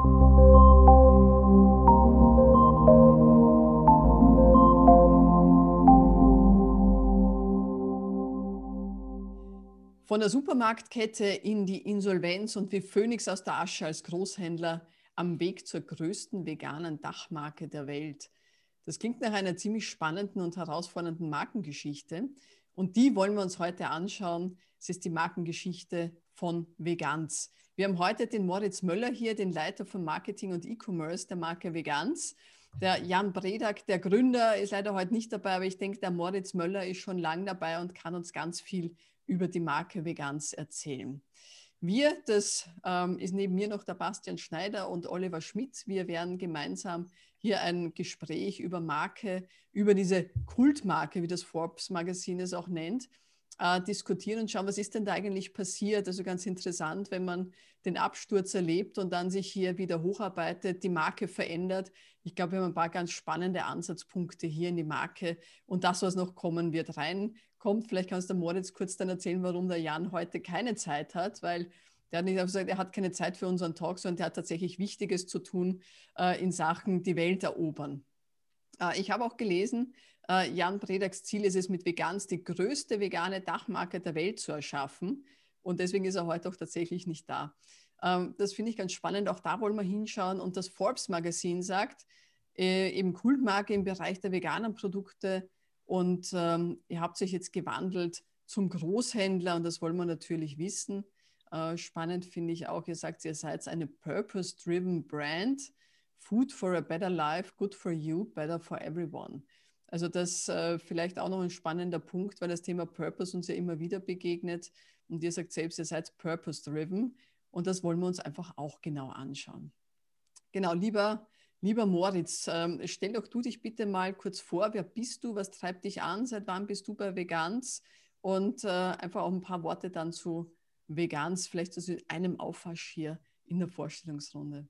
Von der Supermarktkette in die Insolvenz und wie Phönix aus der Asche als Großhändler am Weg zur größten veganen Dachmarke der Welt. Das klingt nach einer ziemlich spannenden und herausfordernden Markengeschichte. Und die wollen wir uns heute anschauen. Es ist die Markengeschichte von Veganz. Wir haben heute den Moritz Möller hier, den Leiter von Marketing und E-Commerce der Marke Veganz. Der Jan Bredak, der Gründer, ist leider heute nicht dabei, aber ich denke, der Moritz Möller ist schon lange dabei und kann uns ganz viel über die Marke Veganz erzählen. Das ist neben mir noch der Bastian Schneider und Oliver Schmidt. Wir werden gemeinsam hier ein Gespräch über Marke, über diese Kultmarke, wie das Forbes-Magazin es auch nennt, diskutieren und schauen, was ist denn da eigentlich passiert. Also ganz interessant, wenn man den Absturz erlebt und dann sich hier wieder hocharbeitet, die Marke verändert. Ich glaube, wir haben ein paar ganz spannende Ansatzpunkte hier in die Marke und das, was noch kommen wird, reinkommt. Vielleicht kannst du Moritz kurz dann erzählen, warum der Jan heute keine Zeit hat, weil der hat nicht einfach gesagt, er hat keine Zeit für unseren Talk, sondern der hat tatsächlich Wichtiges zu tun in Sachen die Welt erobern. Ich habe auch gelesen, Jan Bredaks Ziel ist es, mit Veganz die größte vegane Dachmarke der Welt zu erschaffen. Und deswegen ist er heute auch tatsächlich nicht da. Das finde ich ganz spannend. Auch da wollen wir hinschauen. Und das Forbes-Magazin sagt, eben Kultmarke im Bereich der veganen Produkte. Und ihr habt euch jetzt gewandelt zum Großhändler. Und das wollen wir natürlich wissen. Spannend finde ich auch, ihr sagt, ihr seid eine Purpose-Driven Brand. Food for a better life, good for you, better for everyone. Also das vielleicht auch noch ein spannender Punkt, weil das Thema Purpose uns ja immer wieder begegnet. Und ihr sagt selbst, ihr seid purpose-driven. Und das wollen wir uns einfach auch genau anschauen. Genau, lieber Moritz, stell doch du dich bitte mal kurz vor. Wer bist du? Was treibt dich an? Seit wann bist du bei Veganz? Und einfach auch ein paar Worte dann zu Veganz, vielleicht so in einem Aufwasch hier in der Vorstellungsrunde.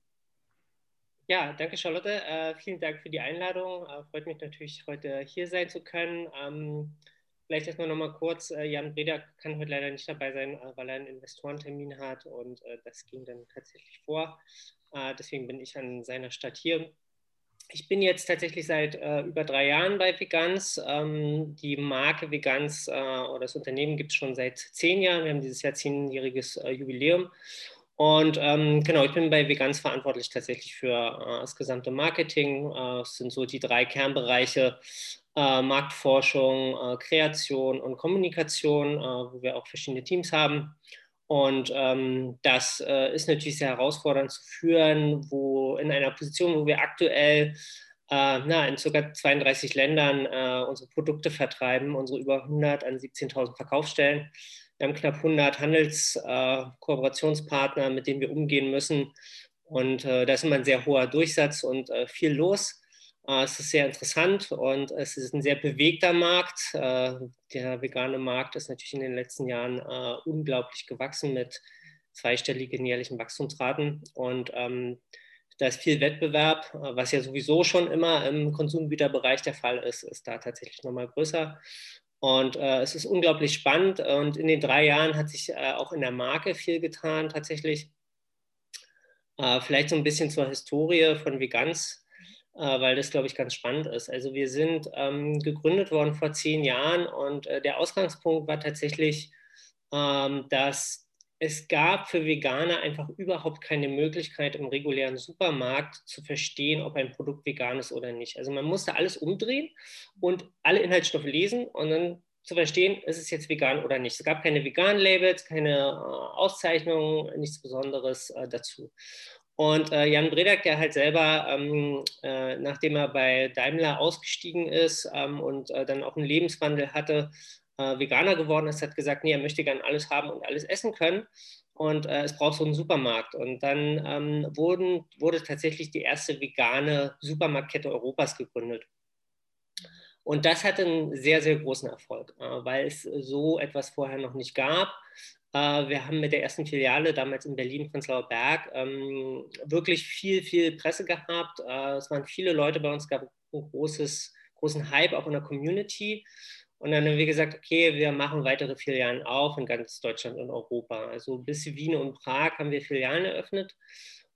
Ja, danke Charlotte. Vielen Dank für die Einladung. Freut mich natürlich, heute hier sein zu können. Vielleicht erstmal nochmal kurz, Jan Breda kann heute leider nicht dabei sein, weil er einen Investorentermin hat und das ging dann tatsächlich vor. Deswegen bin ich an seiner Stadt hier. Ich bin jetzt tatsächlich seit über 3 Jahren bei Veganz. Die Marke Veganz oder das Unternehmen gibt es schon seit 10 Jahren. Wir haben dieses Jahr 10-jähriges Jubiläum. Und genau, ich bin bei Veganz verantwortlich tatsächlich für das gesamte Marketing. Es sind so die 3 Kernbereiche Marktforschung, Kreation und Kommunikation, wo wir auch verschiedene Teams haben. Und das ist natürlich sehr herausfordernd zu führen, wo in einer Position, wo wir aktuell in ca. 32 Ländern unsere Produkte vertreiben, unsere über 100 an 17.000 Verkaufsstellen. Wir haben knapp 100 Handelskooperationspartner, mit denen wir umgehen müssen. Und da ist immer ein sehr hoher Durchsatz und viel los. Es ist sehr interessant und es ist ein sehr bewegter Markt. Der vegane Markt ist natürlich in den letzten Jahren unglaublich gewachsen mit zweistelligen jährlichen Wachstumsraten. Und da ist viel Wettbewerb, was ja sowieso schon immer im Konsumgüterbereich der Fall ist, ist da tatsächlich nochmal größer. Und es ist unglaublich spannend. Und in den 3 Jahren hat sich auch in der Marke viel getan, tatsächlich. Vielleicht so ein bisschen zur Historie von Veganz, weil das, glaube ich, ganz spannend ist. Also wir sind gegründet worden vor 10 Jahren und der Ausgangspunkt war tatsächlich, dass es gab für Veganer einfach überhaupt keine Möglichkeit im regulären Supermarkt zu verstehen, ob ein Produkt vegan ist oder nicht. Also man musste alles umdrehen und alle Inhaltsstoffe lesen und dann zu verstehen, ist es jetzt vegan oder nicht. Es gab keine veganen Labels, keine Auszeichnungen, nichts Besonderes dazu. Und Jan Bredak, der halt selber, nachdem er bei Daimler ausgestiegen ist und dann auch einen Lebenswandel hatte, Veganer geworden ist, hat gesagt, nee, er möchte gerne alles haben und alles essen können. Und es braucht so einen Supermarkt. Und dann wurde tatsächlich die erste vegane Supermarktkette Europas gegründet. Und das hatte einen sehr, sehr großen Erfolg, weil es so etwas vorher noch nicht gab. Wir haben mit der ersten Filiale damals in Berlin, Prenzlauer Berg, wirklich viel, viel Presse gehabt. Es waren viele Leute bei uns, es gab einen großen Hype auch in der Community. Und dann haben wir gesagt, okay, wir machen weitere Filialen auf in ganz Deutschland und Europa. Also bis Wien und Prag haben wir Filialen eröffnet.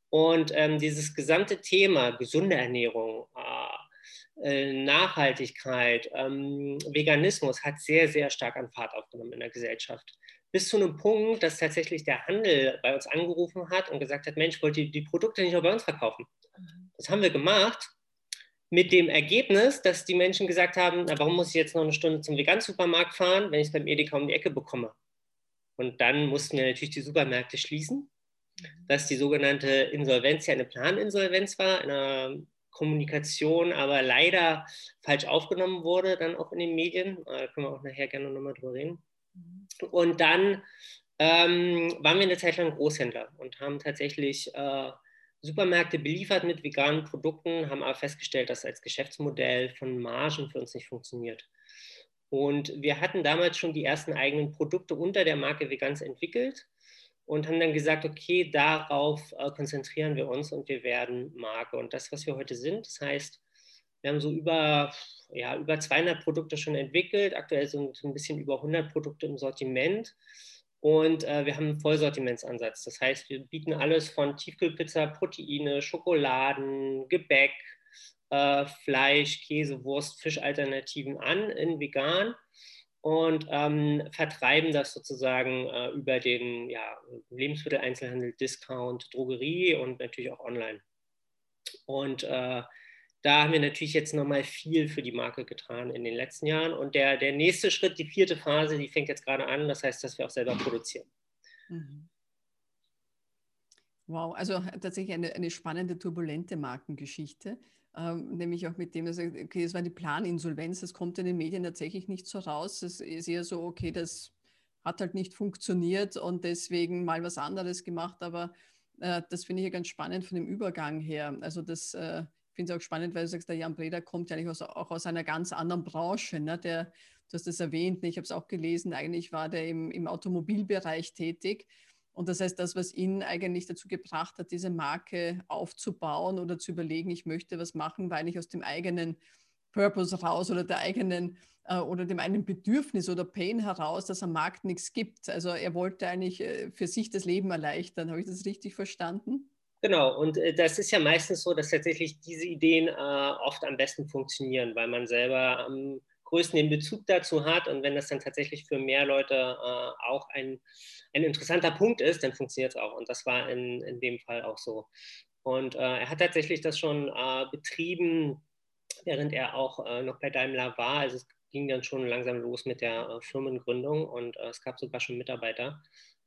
Und dieses gesamte Thema gesunde Ernährung, Nachhaltigkeit, Veganismus hat sehr, sehr stark an Fahrt aufgenommen in der Gesellschaft. Bis zu einem Punkt, dass tatsächlich der Handel bei uns angerufen hat und gesagt hat, Mensch, wollt ihr die Produkte nicht nur bei uns verkaufen? Das haben wir gemacht, mit dem Ergebnis, dass die Menschen gesagt haben, na, warum muss ich jetzt noch eine Stunde zum Vegan-Supermarkt fahren, wenn ich es beim Edeka um die Ecke bekomme? Und dann mussten wir natürlich die Supermärkte schließen, dass die sogenannte Insolvenz ja eine Planinsolvenz war, eine Kommunikation aber leider falsch aufgenommen wurde, dann auch in den Medien. Da können wir auch nachher gerne nochmal drüber reden. Und dann waren wir eine Zeit lang Großhändler und haben tatsächlich Supermärkte beliefert mit veganen Produkten, haben aber festgestellt, dass als Geschäftsmodell von Margen für uns nicht funktioniert. Und wir hatten damals schon die ersten eigenen Produkte unter der Marke Veganz entwickelt und haben dann gesagt, okay, darauf konzentrieren wir uns und wir werden Marke. Und das, was wir heute sind, das heißt, wir haben so über 200 Produkte schon entwickelt, aktuell sind ein bisschen über 100 Produkte im Sortiment. Und wir haben einen Vollsortimentsansatz. Das heißt, wir bieten alles von Tiefkühlpizza, Proteine, Schokoladen, Gebäck, Fleisch, Käse, Wurst, Fischalternativen an in vegan und vertreiben das sozusagen über den Lebensmitteleinzelhandel, Discount, Drogerie und natürlich auch online. Und da haben wir natürlich jetzt nochmal viel für die Marke getan in den letzten Jahren. Und der nächste Schritt, die 4. Phase, die fängt jetzt gerade an. Das heißt, dass wir auch selber produzieren. Mhm. Wow, also tatsächlich eine spannende, turbulente Markengeschichte. Nämlich auch mit dem, dass okay, es war die Planinsolvenz, das kommt in den Medien tatsächlich nicht so raus. Es ist eher so, okay, das hat halt nicht funktioniert und deswegen mal was anderes gemacht. Aber das finde ich ja ganz spannend von dem Übergang her. Also das finde ich auch spannend, weil du sagst, der Jan Breda kommt ja eigentlich auch aus einer ganz anderen Branche. Ne? Du hast das erwähnt, ich habe es auch gelesen, eigentlich war der im Automobilbereich tätig. Und das heißt, das, was ihn eigentlich dazu gebracht hat, diese Marke aufzubauen oder zu überlegen, ich möchte was machen, war eigentlich aus dem eigenen Purpose raus oder der eigenen oder dem einen Bedürfnis oder Pain heraus, dass am Markt nichts gibt. Also er wollte eigentlich für sich das Leben erleichtern. Habe ich das richtig verstanden? Genau, und das ist ja meistens so, dass tatsächlich diese Ideen oft am besten funktionieren, weil man selber am größten den Bezug dazu hat und wenn das dann tatsächlich für mehr Leute auch ein interessanter Punkt ist, dann funktioniert es auch und das war in dem Fall auch so. Und er hat tatsächlich das schon betrieben, während er auch noch bei Daimler war, also es ging dann schon langsam los mit der Firmengründung und es gab sogar schon Mitarbeiter.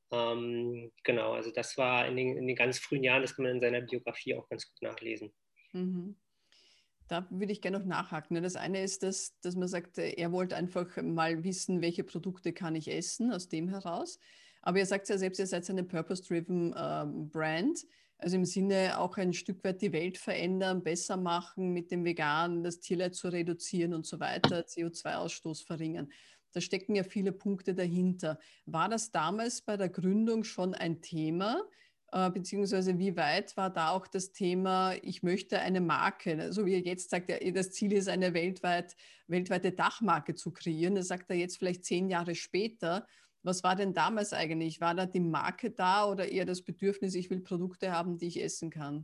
Genau, also das war in den ganz frühen Jahren, das kann man in seiner Biografie auch ganz gut nachlesen. Mhm. Da würde ich gerne noch nachhaken. Das eine ist, dass man sagt, er wollte einfach mal wissen, welche Produkte kann ich essen, aus dem heraus. Aber er sagt ja selbst, ihr seid eine Purpose-Driven Brand. Also im Sinne auch ein Stück weit die Welt verändern, besser machen, mit dem Veganen das Tierleid zu reduzieren und so weiter, CO2-Ausstoß verringern. Da stecken ja viele Punkte dahinter. War das damals bei der Gründung schon ein Thema? Beziehungsweise wie weit war da auch das Thema, ich möchte eine Marke, so wie er jetzt sagt, das Ziel ist, eine weltweite Dachmarke zu kreieren. Das sagt er jetzt vielleicht 10 Jahre später. Was war denn damals eigentlich? War da die Marke da oder eher das Bedürfnis, ich will Produkte haben, die ich essen kann?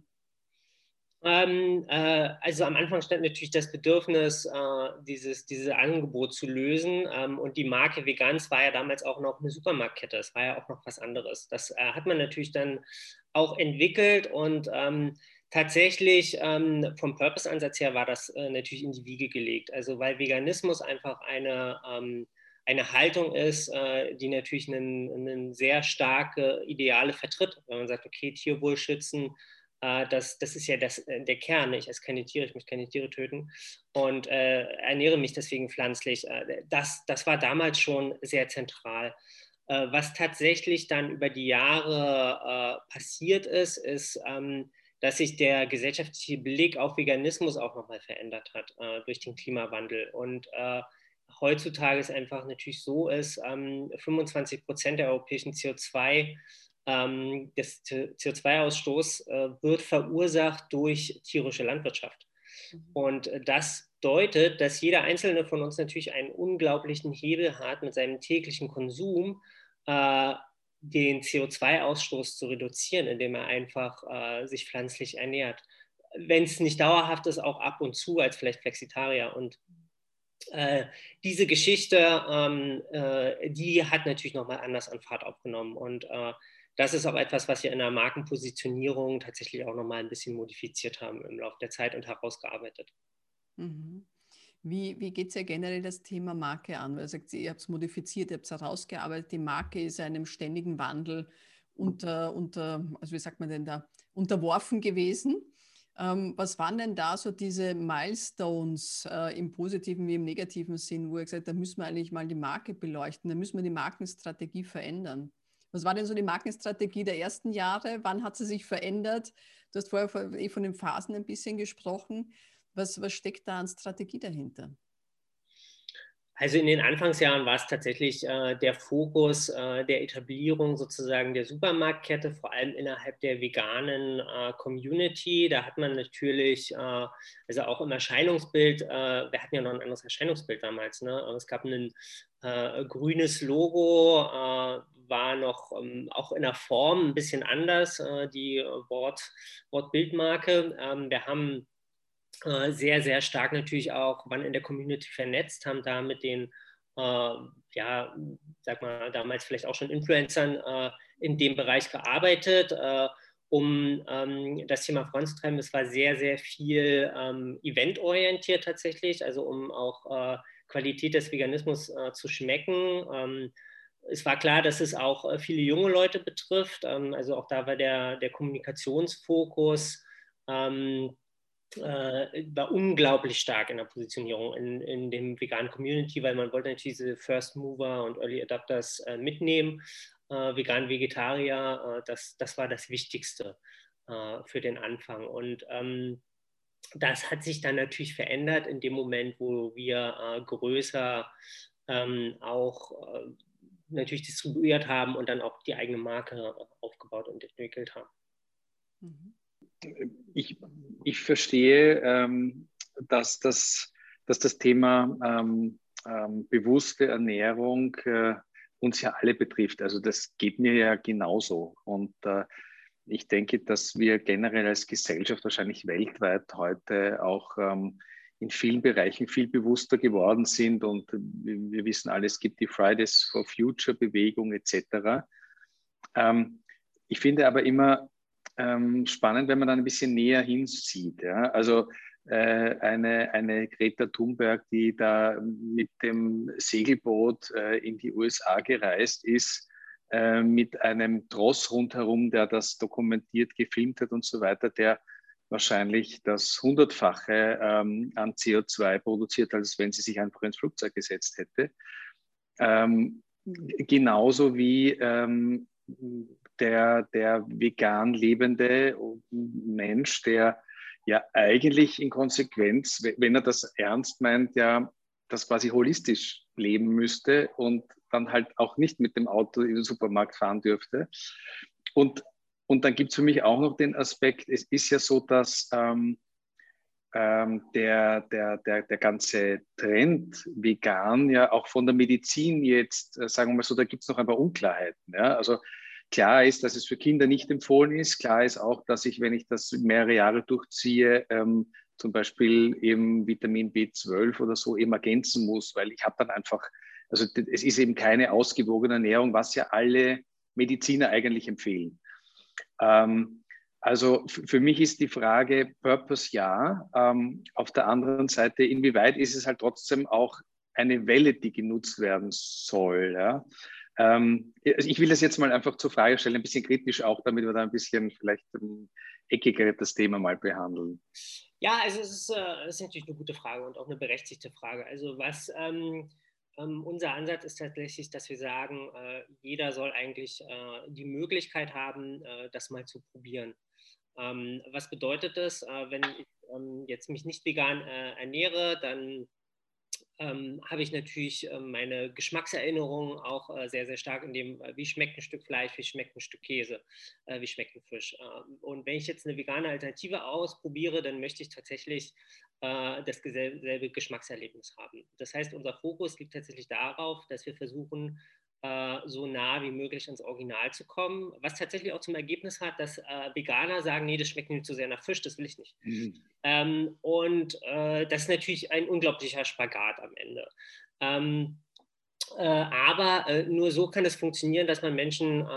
Also am Anfang stand natürlich das Bedürfnis, dieses Angebot zu lösen. Und die Marke Veganz war ja damals auch noch eine Supermarktkette. Das war ja auch noch was anderes. Das hat man natürlich dann auch entwickelt und tatsächlich vom Purpose-Ansatz her war das natürlich in die Wiege gelegt. Also weil Veganismus einfach eine Haltung ist, die natürlich eine sehr starke Ideale vertritt. Wenn man sagt, okay, Tierwohl schützen, das ist ja der Kern. Ich esse keine Tiere, ich möchte keine Tiere töten und ernähre mich deswegen pflanzlich. Das war damals schon sehr zentral. Was tatsächlich dann über die Jahre passiert ist, dass sich der gesellschaftliche Blick auf Veganismus auch nochmal verändert hat durch den Klimawandel. Und heutzutage es einfach natürlich so ist, 25% der europäischen CO2 des CO2-Ausstoß wird verursacht durch tierische Landwirtschaft. Und das deutet, dass jeder einzelne von uns natürlich einen unglaublichen Hebel hat mit seinem täglichen Konsum, den CO2-Ausstoß zu reduzieren, indem er einfach sich pflanzlich ernährt. Wenn es nicht dauerhaft ist, auch ab und zu als vielleicht Flexitarier. Und diese Geschichte, die hat natürlich nochmal anders an Fahrt aufgenommen. Und das ist auch etwas, was wir in der Markenpositionierung tatsächlich auch nochmal ein bisschen modifiziert haben im Laufe der Zeit und herausgearbeitet. Mhm. Wie geht es ja generell das Thema Marke an? Weil ihr sagt, ihr habt es modifiziert, ihr habt es herausgearbeitet. Die Marke ist einem ständigen Wandel also wie sagt man denn da, unterworfen gewesen. Was waren denn da so diese Milestones im positiven wie im negativen Sinn, wo ihr gesagt habt, da müssen wir eigentlich mal die Marke beleuchten, da müssen wir die Markenstrategie verändern? Was war denn so die Markenstrategie der ersten Jahre? Wann hat sie sich verändert? Du hast vorher von den Phasen ein bisschen gesprochen. Was steckt da an Strategie dahinter? Also in den Anfangsjahren war es tatsächlich der Fokus der Etablierung sozusagen der Supermarktkette, vor allem innerhalb der veganen Community. Da hat man natürlich, also auch im Erscheinungsbild, wir hatten ja noch ein anderes Erscheinungsbild damals, ne? Es gab ein grünes Logo, war noch auch in der Form ein bisschen anders, die Wortbildmarke. Wir haben sehr, sehr stark natürlich auch, waren in der Community vernetzt, haben da mit den, ja, sag mal, damals vielleicht auch schon Influencern in dem Bereich gearbeitet, um das Thema voranzutreiben. Es war sehr, sehr viel eventorientiert tatsächlich, also um auch Qualität des Veganismus zu schmecken. Es war klar, dass es auch viele junge Leute betrifft. Also auch da war der Kommunikationsfokus war unglaublich stark in der Positionierung in dem veganen Community, weil man wollte natürlich diese First Mover und Early Adapters mitnehmen. Vegan, Vegetarier, das war das Wichtigste für den Anfang. Und das hat sich dann natürlich verändert in dem Moment, wo wir größer auch natürlich distribuiert haben und dann auch die eigene Marke aufgebaut und entwickelt haben. Mhm. Ich verstehe, dass das Thema bewusste Ernährung uns ja alle betrifft. Also das geht mir ja genauso. Und ich denke, dass wir generell als Gesellschaft wahrscheinlich weltweit heute auch in vielen Bereichen viel bewusster geworden sind. Und wir wissen alle, es gibt die Fridays for Future Bewegung etc. Ich finde aber immer spannend, wenn man dann ein bisschen näher hinsieht. Ja? Also eine Greta Thunberg, die da mit dem Segelboot in die USA gereist ist, mit einem Tross rundherum, der das dokumentiert, gefilmt hat und so weiter, der wahrscheinlich das 100-fache an CO2 produziert, als wenn sie sich einfach ins Flugzeug gesetzt hätte. Genauso wie der vegan lebende Mensch, der ja eigentlich in Konsequenz, wenn er das ernst meint, ja das quasi holistisch leben müsste und dann halt auch nicht mit dem Auto in den Supermarkt fahren dürfte. Und dann gibt es für mich auch noch den Aspekt, es ist ja so, dass der ganze Trend vegan ja auch von der Medizin jetzt, sagen wir mal so, da gibt es noch ein paar Unklarheiten. Ja? Also klar ist, dass es für Kinder nicht empfohlen ist. Klar ist auch, dass ich, wenn ich das mehrere Jahre durchziehe, zum Beispiel eben Vitamin B12 oder so eben ergänzen muss, weil ich habe dann einfach, also es ist eben keine ausgewogene Ernährung, was ja alle Mediziner eigentlich empfehlen. Also für mich ist die Frage Purpose ja. Auf der anderen Seite, inwieweit ist es halt trotzdem auch eine Welle, die genutzt werden soll. Ja? Also ich will das jetzt mal einfach zur Frage stellen, ein bisschen kritisch auch, damit wir da ein bisschen vielleicht eckiger das Thema mal behandeln. Ja, also es ist natürlich eine gute Frage und auch eine berechtigte Frage. Also was unser Ansatz ist tatsächlich, dass wir sagen, jeder soll eigentlich die Möglichkeit haben, das mal zu probieren. Was bedeutet das, wenn ich jetzt mich nicht vegan ernähre, dann habe ich natürlich meine Geschmackserinnerungen auch sehr, sehr stark in dem, wie schmeckt ein Stück Fleisch, wie schmeckt ein Stück Käse, wie schmeckt ein Fisch. Und wenn ich jetzt eine vegane Alternative ausprobiere, dann möchte ich tatsächlich dasselbe Geschmackserlebnis haben. Das heißt, unser Fokus liegt tatsächlich darauf, dass wir versuchen, so nah wie möglich ans Original zu kommen, was tatsächlich auch zum Ergebnis hat, dass Veganer sagen, nee, das schmeckt mir zu sehr nach Fisch, das will ich nicht. Das ist natürlich ein unglaublicher Spagat am Ende. Aber nur so kann es funktionieren, dass man Menschen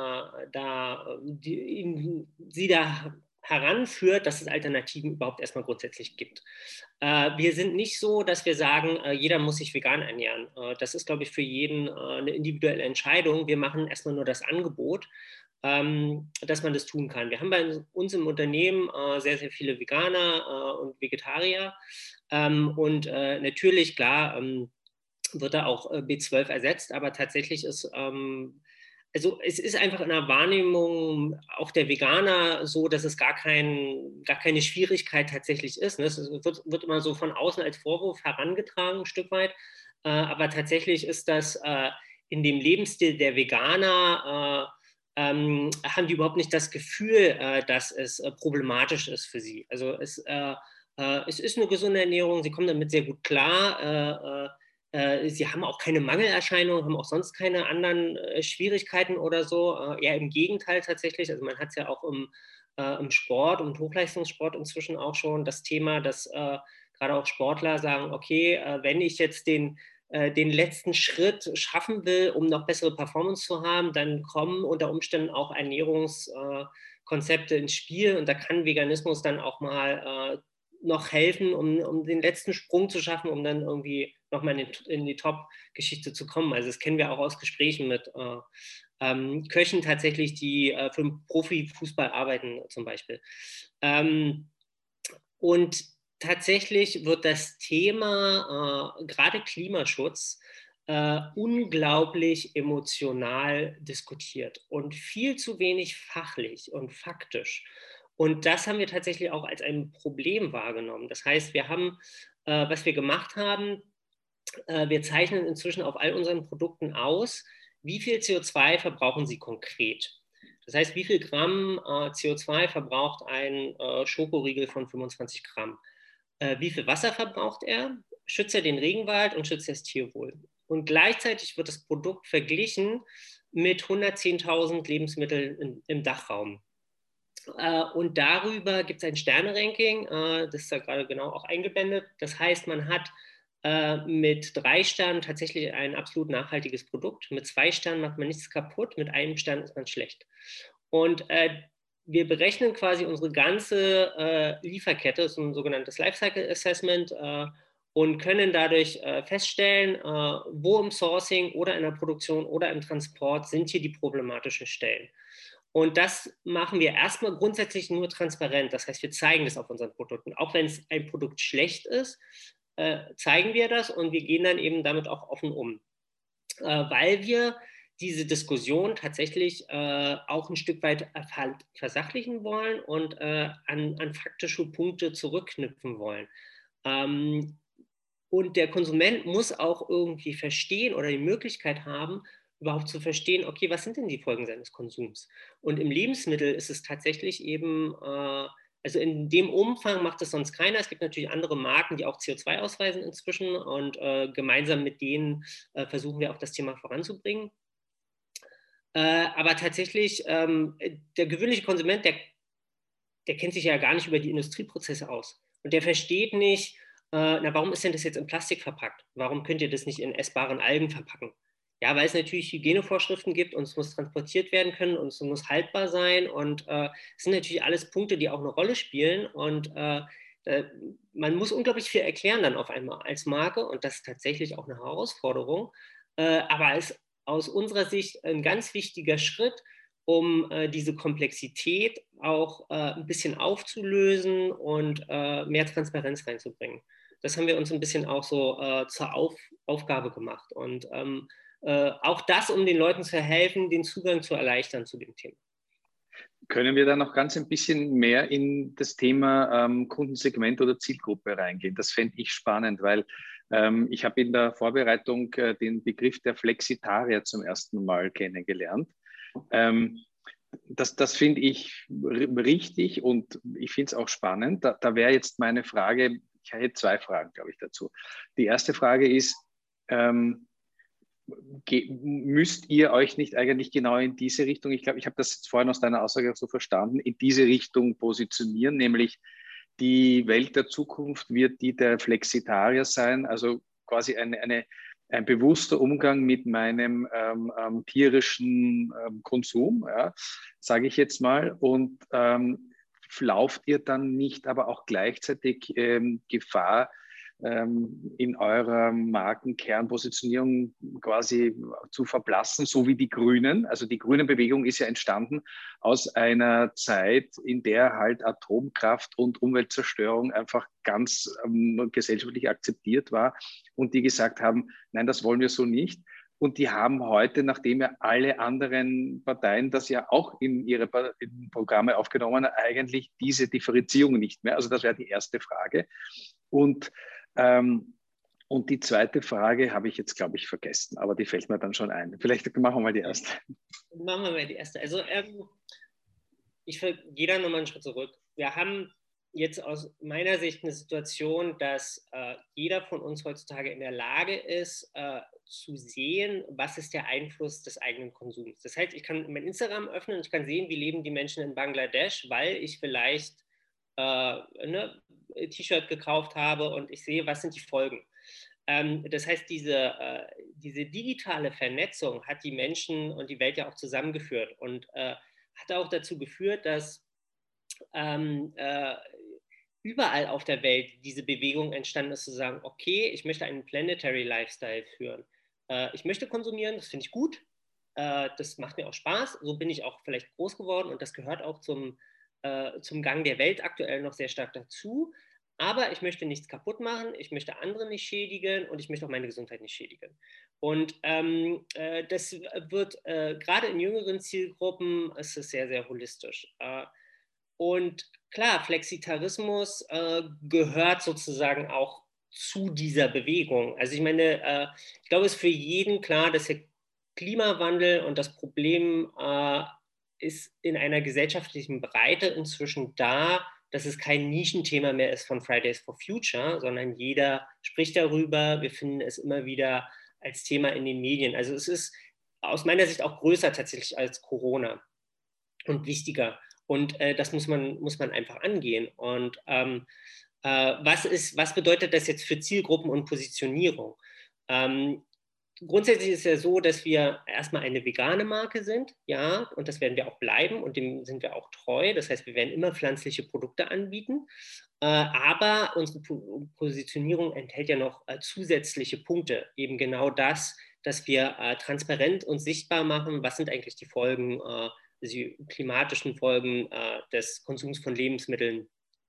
sie da heranführt, dass es Alternativen überhaupt erstmal grundsätzlich gibt. Wir sind nicht so, dass wir sagen, jeder muss sich vegan ernähren. Das ist, glaube ich, für jeden eine individuelle Entscheidung. Wir machen erstmal nur das Angebot, dass man das tun kann. Wir haben bei uns im Unternehmen sehr, sehr viele Veganer und Vegetarier. Und natürlich, klar, wird da auch B12 ersetzt, aber tatsächlich ist, also es ist einfach in der Wahrnehmung auch der Veganer so, dass es gar keine Schwierigkeit tatsächlich ist. Ne? Es wird immer so von außen als Vorwurf herangetragen, ein Stück weit, aber tatsächlich ist das in dem Lebensstil der Veganer, haben die überhaupt nicht das Gefühl, dass es problematisch ist für sie. Also es ist eine gesunde Ernährung, sie kommen damit sehr gut klar. Sie haben auch keine Mangelerscheinungen, haben auch sonst keine anderen Schwierigkeiten oder so. Eher im Gegenteil tatsächlich. Also man hat es ja auch im Sport, im Hochleistungssport inzwischen auch schon das Thema, dass gerade auch Sportler sagen, okay, wenn ich jetzt den letzten Schritt schaffen will, um noch bessere Performance zu haben, dann kommen unter Umständen auch Ernährungskonzepte ins Spiel und da kann Veganismus dann auch mal noch helfen, um den letzten Sprung zu schaffen, um dann irgendwie nochmal in die Top-Geschichte zu kommen. Also das kennen wir auch aus Gesprächen mit Köchen tatsächlich, die für den Profifußball arbeiten zum Beispiel. Und tatsächlich wird das Thema, gerade Klimaschutz, unglaublich emotional diskutiert und viel zu wenig fachlich und faktisch. Und das haben wir tatsächlich auch als ein Problem wahrgenommen. Das heißt, wir haben, was wir gemacht haben, wir zeichnen inzwischen auf all unseren Produkten aus, wie viel CO2 verbrauchen sie konkret. Das heißt, wie viel Gramm CO2 verbraucht ein Schokoriegel von 25 Gramm? Wie viel Wasser verbraucht er? Schützt er den Regenwald und schützt das Tierwohl? Und gleichzeitig wird das Produkt verglichen mit 110.000 Lebensmitteln im Dachraum. Und darüber gibt es ein Sterne-Ranking, das ist da gerade genau auch eingeblendet. Das heißt, man hat mit 3 Sternen tatsächlich ein absolut nachhaltiges Produkt. Mit 2 Sternen macht man nichts kaputt, mit 1 Stern ist man schlecht. Und wir berechnen quasi unsere ganze Lieferkette, das ist ein sogenanntes Lifecycle Assessment, und können dadurch feststellen, wo im Sourcing oder in der Produktion oder im Transport sind hier die problematischen Stellen. Und das machen wir erstmal grundsätzlich nur transparent. Das heißt, wir zeigen das auf unseren Produkten. Auch wenn es ein Produkt schlecht ist, zeigen wir das und wir gehen dann eben damit auch offen um. Weil wir diese Diskussion tatsächlich auch ein Stück weit versachlichen wollen und an faktische Punkte zurückknüpfen wollen. Und der Konsument muss auch irgendwie verstehen oder die Möglichkeit haben, überhaupt zu verstehen, okay, was sind denn die Folgen seines Konsums? Und im Lebensmittel ist es tatsächlich eben, also in dem Umfang macht es sonst keiner. Es gibt natürlich andere Marken, die auch CO2 ausweisen inzwischen und gemeinsam mit denen versuchen wir auch das Thema voranzubringen. Aber tatsächlich, der gewöhnliche Konsument, der kennt sich ja gar nicht über die Industrieprozesse aus. Und der versteht nicht, na, warum ist denn das jetzt in Plastik verpackt? Warum könnt ihr das nicht in essbaren Algen verpacken? Ja, weil es natürlich Hygienevorschriften gibt und es muss transportiert werden können und es muss haltbar sein. Und es sind natürlich alles Punkte, die auch eine Rolle spielen. Und man muss unglaublich viel erklären dann auf einmal als Marke. Und das ist tatsächlich auch eine Herausforderung. Aber es ist aus unserer Sicht ein ganz wichtiger Schritt, um diese Komplexität auch ein bisschen aufzulösen und mehr Transparenz reinzubringen. Das haben wir uns ein bisschen auch so zur Aufgabe gemacht. Und auch das, um den Leuten zu helfen, den Zugang zu erleichtern zu dem Thema. Können wir da noch ganz ein bisschen mehr in das Thema Kundensegment oder Zielgruppe reingehen? Das fände ich spannend, weil ich habe in der Vorbereitung den Begriff der Flexitarier zum ersten Mal kennengelernt. Das finde ich richtig und ich finde es auch spannend. Da wäre jetzt meine Frage, ich hätte 2 Fragen, glaube ich, dazu. Die erste Frage ist, müsst ihr euch nicht eigentlich genau in diese Richtung, ich glaube, ich habe das jetzt vorhin aus deiner Aussage so verstanden, in diese Richtung positionieren, nämlich die Welt der Zukunft wird die der Flexitarier sein, also quasi ein bewusster Umgang mit meinem tierischen Konsum, ja, sage ich jetzt mal. Und lauft ihr dann nicht aber auch gleichzeitig Gefahr, in eurer Markenkernpositionierung quasi zu verblassen, so wie die Grünen? Also die Grünen-Bewegung ist ja entstanden aus einer Zeit, in der halt Atomkraft und Umweltzerstörung einfach ganz gesellschaftlich akzeptiert war und die gesagt haben, nein, das wollen wir so nicht. Und die haben heute, nachdem ja alle anderen Parteien das ja auch in ihre Programme aufgenommen haben, eigentlich diese Differenzierung nicht mehr. Also das wäre die erste Frage. Und die zweite Frage habe ich jetzt, glaube ich, vergessen, aber die fällt mir dann schon ein. Vielleicht machen wir mal die erste. Machen wir mal die erste. Also ich gehe da nochmal einen Schritt zurück. Wir haben jetzt aus meiner Sicht eine Situation, dass jeder von uns heutzutage in der Lage ist, zu sehen, was ist der Einfluss des eigenen Konsums. Das heißt, ich kann mein Instagram öffnen und ich kann sehen, wie leben die Menschen in Bangladesch, weil ich vielleicht T-Shirt gekauft habe und ich sehe, was sind die Folgen. Das heißt, diese digitale Vernetzung hat die Menschen und die Welt ja auch zusammengeführt und hat auch dazu geführt, dass überall auf der Welt diese Bewegung entstanden ist, zu sagen, okay, ich möchte einen Planetary Lifestyle führen. Ich möchte konsumieren, das finde ich gut, das macht mir auch Spaß, so bin ich auch vielleicht groß geworden und das gehört auch zum Gang der Welt aktuell noch sehr stark dazu. Aber ich möchte nichts kaputt machen, ich möchte andere nicht schädigen und ich möchte auch meine Gesundheit nicht schädigen. Und das wird gerade in jüngeren Zielgruppen, ist es sehr, sehr holistisch. Und klar, Flexitarismus gehört sozusagen auch zu dieser Bewegung. Also ich meine, ich glaube, es ist für jeden klar, dass der Klimawandel und das Problem ist in einer gesellschaftlichen Breite inzwischen da, dass es kein Nischenthema mehr ist von Fridays for Future, sondern jeder spricht darüber. Wir finden es immer wieder als Thema in den Medien. Also es ist aus meiner Sicht auch größer tatsächlich als Corona und wichtiger. Und das muss man einfach angehen. Und was bedeutet das jetzt für Zielgruppen und Positionierung? Grundsätzlich ist es ja so, dass wir erstmal eine vegane Marke sind, ja, und das werden wir auch bleiben und dem sind wir auch treu. Das heißt, wir werden immer pflanzliche Produkte anbieten, aber unsere Positionierung enthält ja noch zusätzliche Punkte, eben genau das, dass wir transparent und sichtbar machen, was sind eigentlich die Folgen, die klimatischen Folgen des Konsums von Lebensmitteln.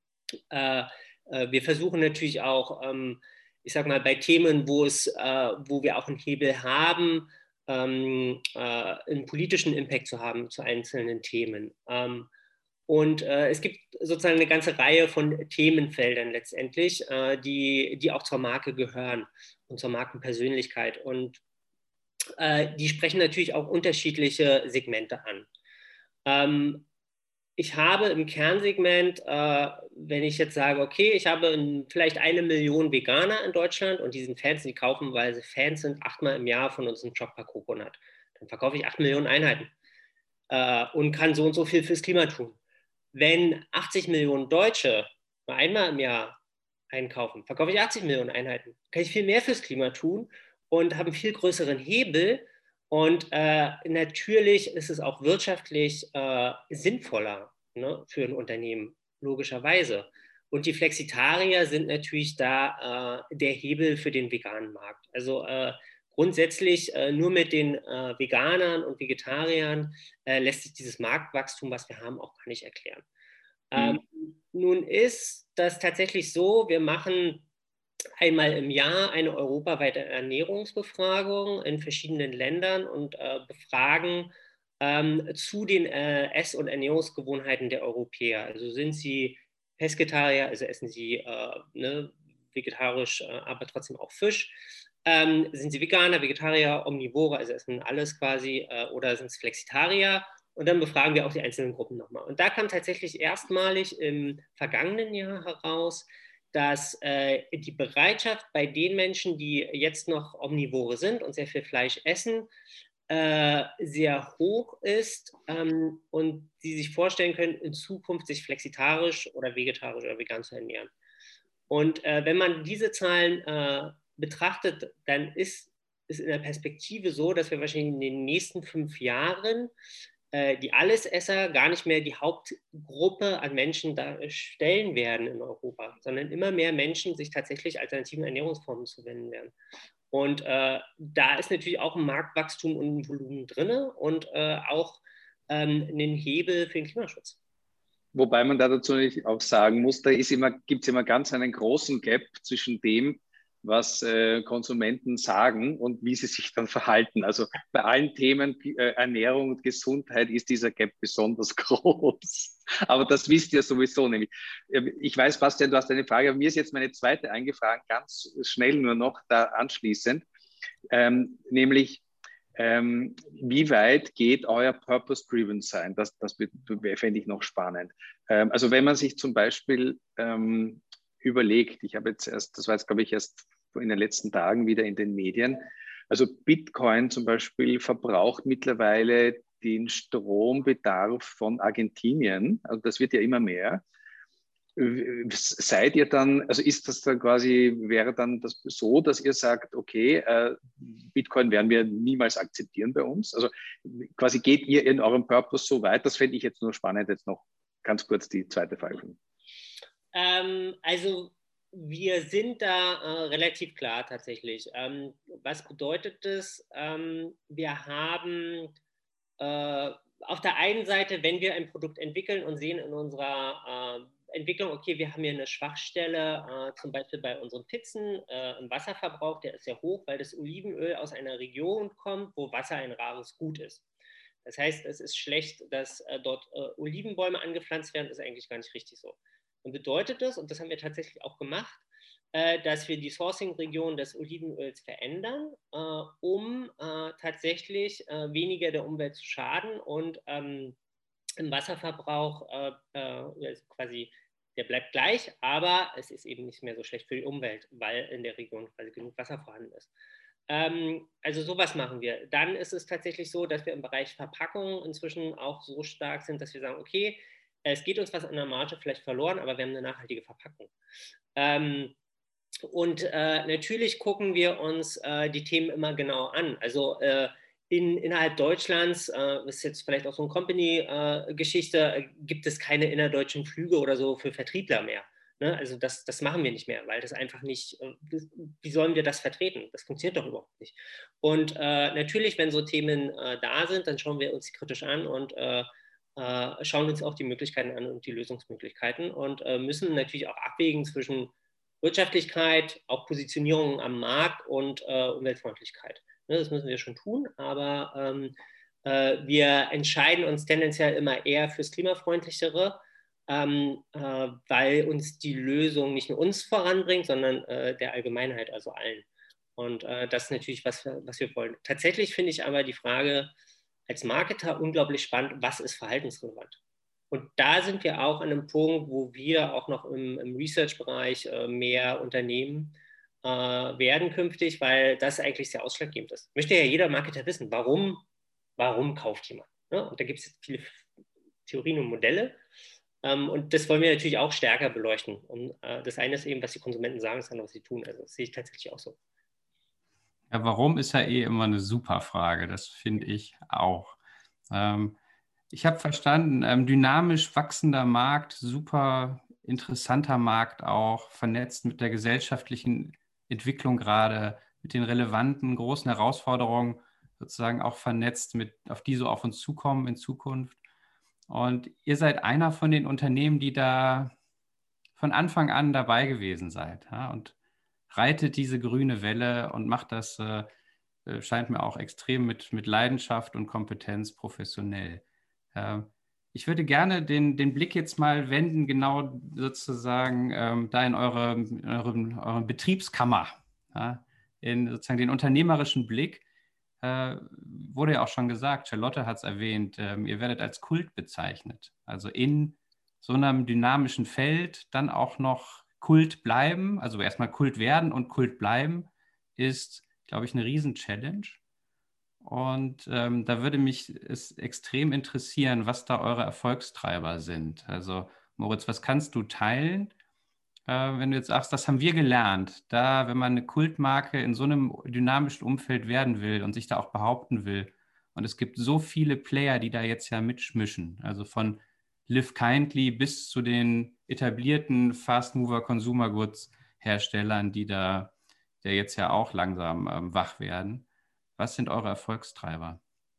Wir versuchen natürlich auch, ich sag mal, bei Themen, wo wir auch einen Hebel haben, einen politischen Impact zu haben zu einzelnen Themen. Und es gibt sozusagen eine ganze Reihe von Themenfeldern letztendlich, die auch zur Marke gehören und zur Markenpersönlichkeit. Und die sprechen natürlich auch unterschiedliche Segmente an. Ich habe im Kernsegment, wenn ich jetzt sage, okay, ich habe vielleicht 1 Million Veganer in Deutschland und die sind Fans, die kaufen, weil sie Fans sind, 8-mal im Jahr von unserem Chocpa Coconut. Dann verkaufe ich 8 Millionen Einheiten und kann so und so viel fürs Klima tun. Wenn 80 Millionen Deutsche nur einmal im Jahr einkaufen, verkaufe ich 80 Millionen Einheiten. Kann ich viel mehr fürs Klima tun und habe einen viel größeren Hebel. Und natürlich ist es auch wirtschaftlich sinnvoller, ne, für ein Unternehmen, logischerweise. Und die Flexitarier sind natürlich da der Hebel für den veganen Markt. Also grundsätzlich nur mit den Veganern und Vegetariern lässt sich dieses Marktwachstum, was wir haben, auch gar nicht erklären. Nun ist das tatsächlich so, wir machen einmal im Jahr eine europaweite Ernährungsbefragung in verschiedenen Ländern und befragen zu den Ess- und Ernährungsgewohnheiten der Europäer. Also sind sie Pesketarier, also essen sie vegetarisch, aber trotzdem auch Fisch. Sind sie Veganer, Vegetarier, Omnivore, also essen alles quasi, oder sind es Flexitarier? Und dann befragen wir auch die einzelnen Gruppen nochmal. Und da kam tatsächlich erstmalig im vergangenen Jahr heraus, dass die Bereitschaft bei den Menschen, die jetzt noch Omnivore sind und sehr viel Fleisch essen, sehr hoch ist und sie sich vorstellen können, in Zukunft sich flexitarisch oder vegetarisch oder vegan zu ernähren. Und wenn man diese Zahlen betrachtet, dann ist es in der Perspektive so, dass wir wahrscheinlich in den nächsten 5 Jahren die Allesesser gar nicht mehr die Hauptgruppe an Menschen darstellen werden in Europa, sondern immer mehr Menschen sich tatsächlich alternativen Ernährungsformen zuwenden werden. Und da ist natürlich auch ein Marktwachstum und ein Volumen drin und auch ein Hebel für den Klimaschutz. Wobei man da dazu nicht auch sagen muss, da gibt es immer ganz einen großen Gap zwischen dem, was Konsumenten sagen und wie sie sich dann verhalten. Also bei allen Themen Ernährung und Gesundheit ist dieser Gap besonders groß. Aber das wisst ihr sowieso nämlich. Ich weiß, Bastian, du hast eine Frage, aber mir ist jetzt meine zweite eingefallen, ganz schnell nur noch da anschließend, nämlich wie weit geht euer Purpose-Driven sein? Das fände ich noch spannend. Also wenn man sich zum Beispiel überlegt, ich habe jetzt erst, das war jetzt glaube ich erst in den letzten Tagen wieder in den Medien, also Bitcoin zum Beispiel verbraucht mittlerweile den Strombedarf von Argentinien, also das wird ja immer mehr. Seid ihr dann, also ist das dann quasi, wäre dann das so, dass ihr sagt, okay, Bitcoin werden wir niemals akzeptieren bei uns? Also quasi geht ihr in eurem Purpose so weit? Das fände ich jetzt nur spannend, jetzt noch ganz kurz die zweite Frage. Also wir sind da relativ klar tatsächlich. Was bedeutet das? Wir haben auf der einen Seite, wenn wir ein Produkt entwickeln und sehen in unserer Entwicklung, okay, wir haben hier eine Schwachstelle, zum Beispiel bei unseren Pizzen im Wasserverbrauch, der ist sehr hoch, weil das Olivenöl aus einer Region kommt, wo Wasser ein rares Gut ist. Das heißt, es ist schlecht, dass dort Olivenbäume angepflanzt werden, ist eigentlich gar nicht richtig so. Und bedeutet das, und das haben wir tatsächlich auch gemacht, dass wir die Sourcing-Region des Olivenöls verändern, um tatsächlich weniger der Umwelt zu schaden und im Wasserverbrauch quasi, der bleibt gleich, aber es ist eben nicht mehr so schlecht für die Umwelt, weil in der Region quasi genug Wasser vorhanden ist. Also sowas machen wir. Dann ist es tatsächlich so, dass wir im Bereich Verpackung inzwischen auch so stark sind, dass wir sagen, okay, es geht uns was an der Marge vielleicht verloren, aber wir haben eine nachhaltige Verpackung. Und natürlich gucken wir uns die Themen immer genau an. Also innerhalb Deutschlands, das ist jetzt vielleicht auch so eine Company-Geschichte, gibt es keine innerdeutschen Flüge oder so für Vertriebler mehr. Ne? Also das machen wir nicht mehr, weil das einfach nicht, wie sollen wir das vertreten? Das funktioniert doch überhaupt nicht. Und natürlich, wenn so Themen da sind, dann schauen wir uns die kritisch an und schauen uns auch die Möglichkeiten an und die Lösungsmöglichkeiten und müssen natürlich auch abwägen zwischen Wirtschaftlichkeit, auch Positionierung am Markt und Umweltfreundlichkeit. Das müssen wir schon tun, aber wir entscheiden uns tendenziell immer eher fürs Klimafreundlichere, weil uns die Lösung nicht nur uns voranbringt, sondern der Allgemeinheit, also allen. Und das ist natürlich, was wir wollen. Tatsächlich finde ich aber die Frage als Marketer unglaublich spannend, was ist verhaltensrelevant? Und da sind wir auch an einem Punkt, wo wir auch noch im Research-Bereich mehr Unternehmen werden künftig, weil das eigentlich sehr ausschlaggebend ist. Möchte ja jeder Marketer wissen, warum kauft jemand? Ne? Und da gibt es viele Theorien und Modelle. Und das wollen wir natürlich auch stärker beleuchten. Und das eine ist eben, was die Konsumenten sagen, das andere, was sie tun. Also das sehe ich tatsächlich auch so. Ja, warum ist ja eh immer eine super Frage. Das finde ich auch. Ich habe verstanden, dynamisch wachsender Markt, super interessanter Markt auch, vernetzt mit der gesellschaftlichen Entwicklung gerade, mit den relevanten großen Herausforderungen sozusagen auch vernetzt, auf die so auf uns zukommen in Zukunft. Und ihr seid einer von den Unternehmen, die da von Anfang an dabei gewesen seid, ja, und reitet diese grüne Welle und macht das, scheint mir auch extrem mit Leidenschaft und Kompetenz professionell. Ich würde gerne den Blick jetzt mal wenden, genau sozusagen da in eure Betriebskammer, ja, in sozusagen den unternehmerischen Blick. Wurde ja auch schon gesagt, Charlotte hat es erwähnt, ihr werdet als Kult bezeichnet. Also in so einem dynamischen Feld dann auch noch Kult bleiben, also erstmal Kult werden und Kult bleiben, ist, glaube ich, eine Riesen-Challenge. Und da würde mich es extrem interessieren, was da eure Erfolgstreiber sind. Also Moritz, was kannst du teilen, wenn du jetzt sagst, das haben wir gelernt, da, wenn man eine Kultmarke in so einem dynamischen Umfeld werden will und sich da auch behaupten will. Und es gibt so viele Player, die da jetzt ja mitmischen. Also von Live Kindly bis zu den etablierten Fast Mover Consumer Goods Herstellern, der jetzt ja auch langsam wach werden. Was sind eure Erfolgstreiber?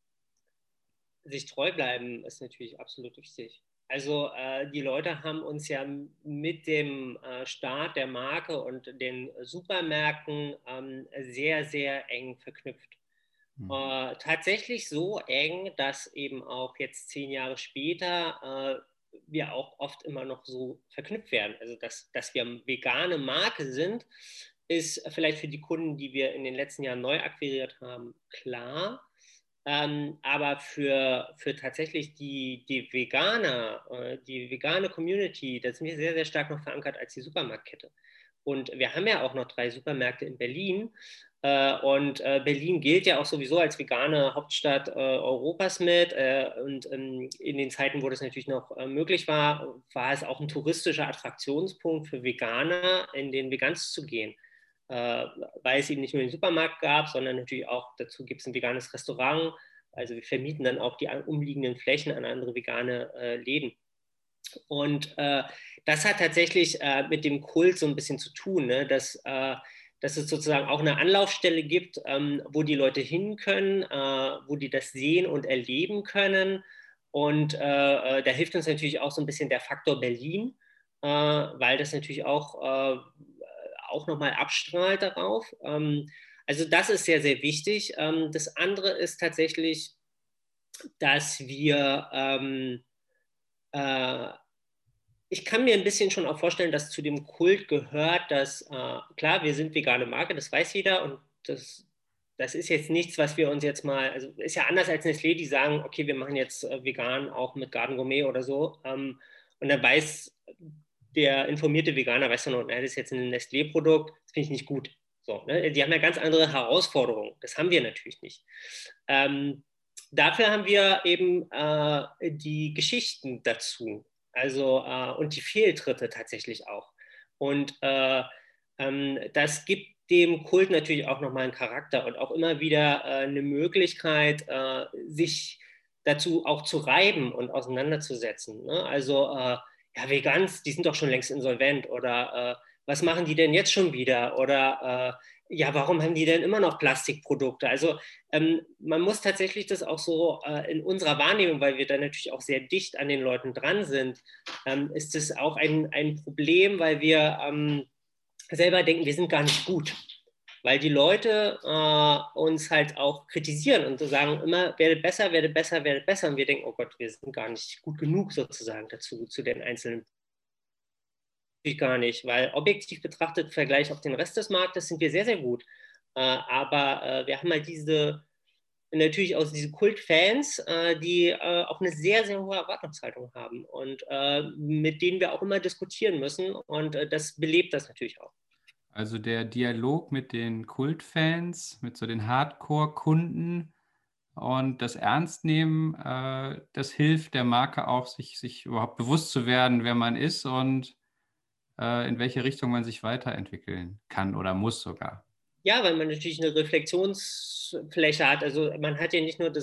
Sich treu bleiben ist natürlich absolut wichtig. Also die Leute haben uns ja mit dem Start der Marke und den Supermärkten sehr, sehr eng verknüpft. Tatsächlich so eng, dass eben auch jetzt 10 Jahre später wir auch oft immer noch so verknüpft werden. Also dass wir eine vegane Marke sind, ist vielleicht für die Kunden, die wir in den letzten Jahren neu akquiriert haben, klar. Aber für tatsächlich die Veganer, die vegane Community, da sind wir sehr, sehr stark noch verankert als die Supermarktkette. Und wir haben ja auch noch 3 Supermärkte in Berlin. Und Berlin gilt ja auch sowieso als vegane Hauptstadt Europas mit. Und in den Zeiten, wo das natürlich noch möglich war, war es auch ein touristischer Attraktionspunkt für Veganer, in den Veganz zu gehen. Weil es eben nicht nur den Supermarkt gab, sondern natürlich auch dazu gibt es ein veganes Restaurant. Also wir vermieten dann auch die umliegenden Flächen an andere vegane Läden. Und das hat tatsächlich mit dem Kult so ein bisschen zu tun, ne? Dass es sozusagen auch eine Anlaufstelle gibt, wo die Leute hin können, wo die das sehen und erleben können. Und da hilft uns natürlich auch so ein bisschen der Faktor Berlin, weil das natürlich auch nochmal abstrahlt darauf. Also das ist sehr, sehr wichtig. Das andere ist tatsächlich, dass wir ich kann mir ein bisschen schon auch vorstellen, dass zu dem Kult gehört, dass, klar, wir sind vegane Marke, das weiß jeder und das ist jetzt nichts, was wir uns jetzt mal, also ist ja anders als Nestlé, die sagen, okay, wir machen jetzt vegan auch mit Garden Gourmet oder so. Und dann weiß der informierte Veganer, weiß dann, das ist jetzt ein Nestlé-Produkt, das finde ich nicht gut. So, ne? Die haben ja ganz andere Herausforderungen. Das haben wir natürlich nicht. Dafür haben wir eben die Geschichten dazu. Also, und die Fehltritte tatsächlich auch. Und das gibt dem Kult natürlich auch nochmal einen Charakter und auch immer wieder eine Möglichkeit, sich dazu auch zu reiben und auseinanderzusetzen. Ne? Also, ja, Vegans, die sind doch schon längst insolvent oder was machen die denn jetzt schon wieder? Oder ja, warum haben die denn immer noch Plastikprodukte? Also man muss tatsächlich das auch so in unserer Wahrnehmung, weil wir da natürlich auch sehr dicht an den Leuten dran sind, ist es auch ein Problem, weil wir selber denken, wir sind gar nicht gut. Weil die Leute uns halt auch kritisieren und so sagen immer, werdet besser, werdet besser, werdet besser. Und wir denken, oh Gott, wir sind gar nicht gut genug sozusagen dazu, zu den einzelnen. Gar nicht, weil objektiv betrachtet, im Vergleich auf den Rest des Marktes sind wir sehr, sehr gut. Aber wir haben halt natürlich auch diese Kultfans, die auch eine sehr, sehr hohe Erwartungshaltung haben und mit denen wir auch immer diskutieren müssen und das belebt das natürlich auch. Also der Dialog mit den Kultfans, mit so den Hardcore-Kunden und das Ernstnehmen, das hilft der Marke auch, sich überhaupt bewusst zu werden, wer man ist und in welche Richtung man sich weiterentwickeln kann oder muss sogar. Ja, weil man natürlich eine Reflexionsfläche hat. Also man hat ja nicht nur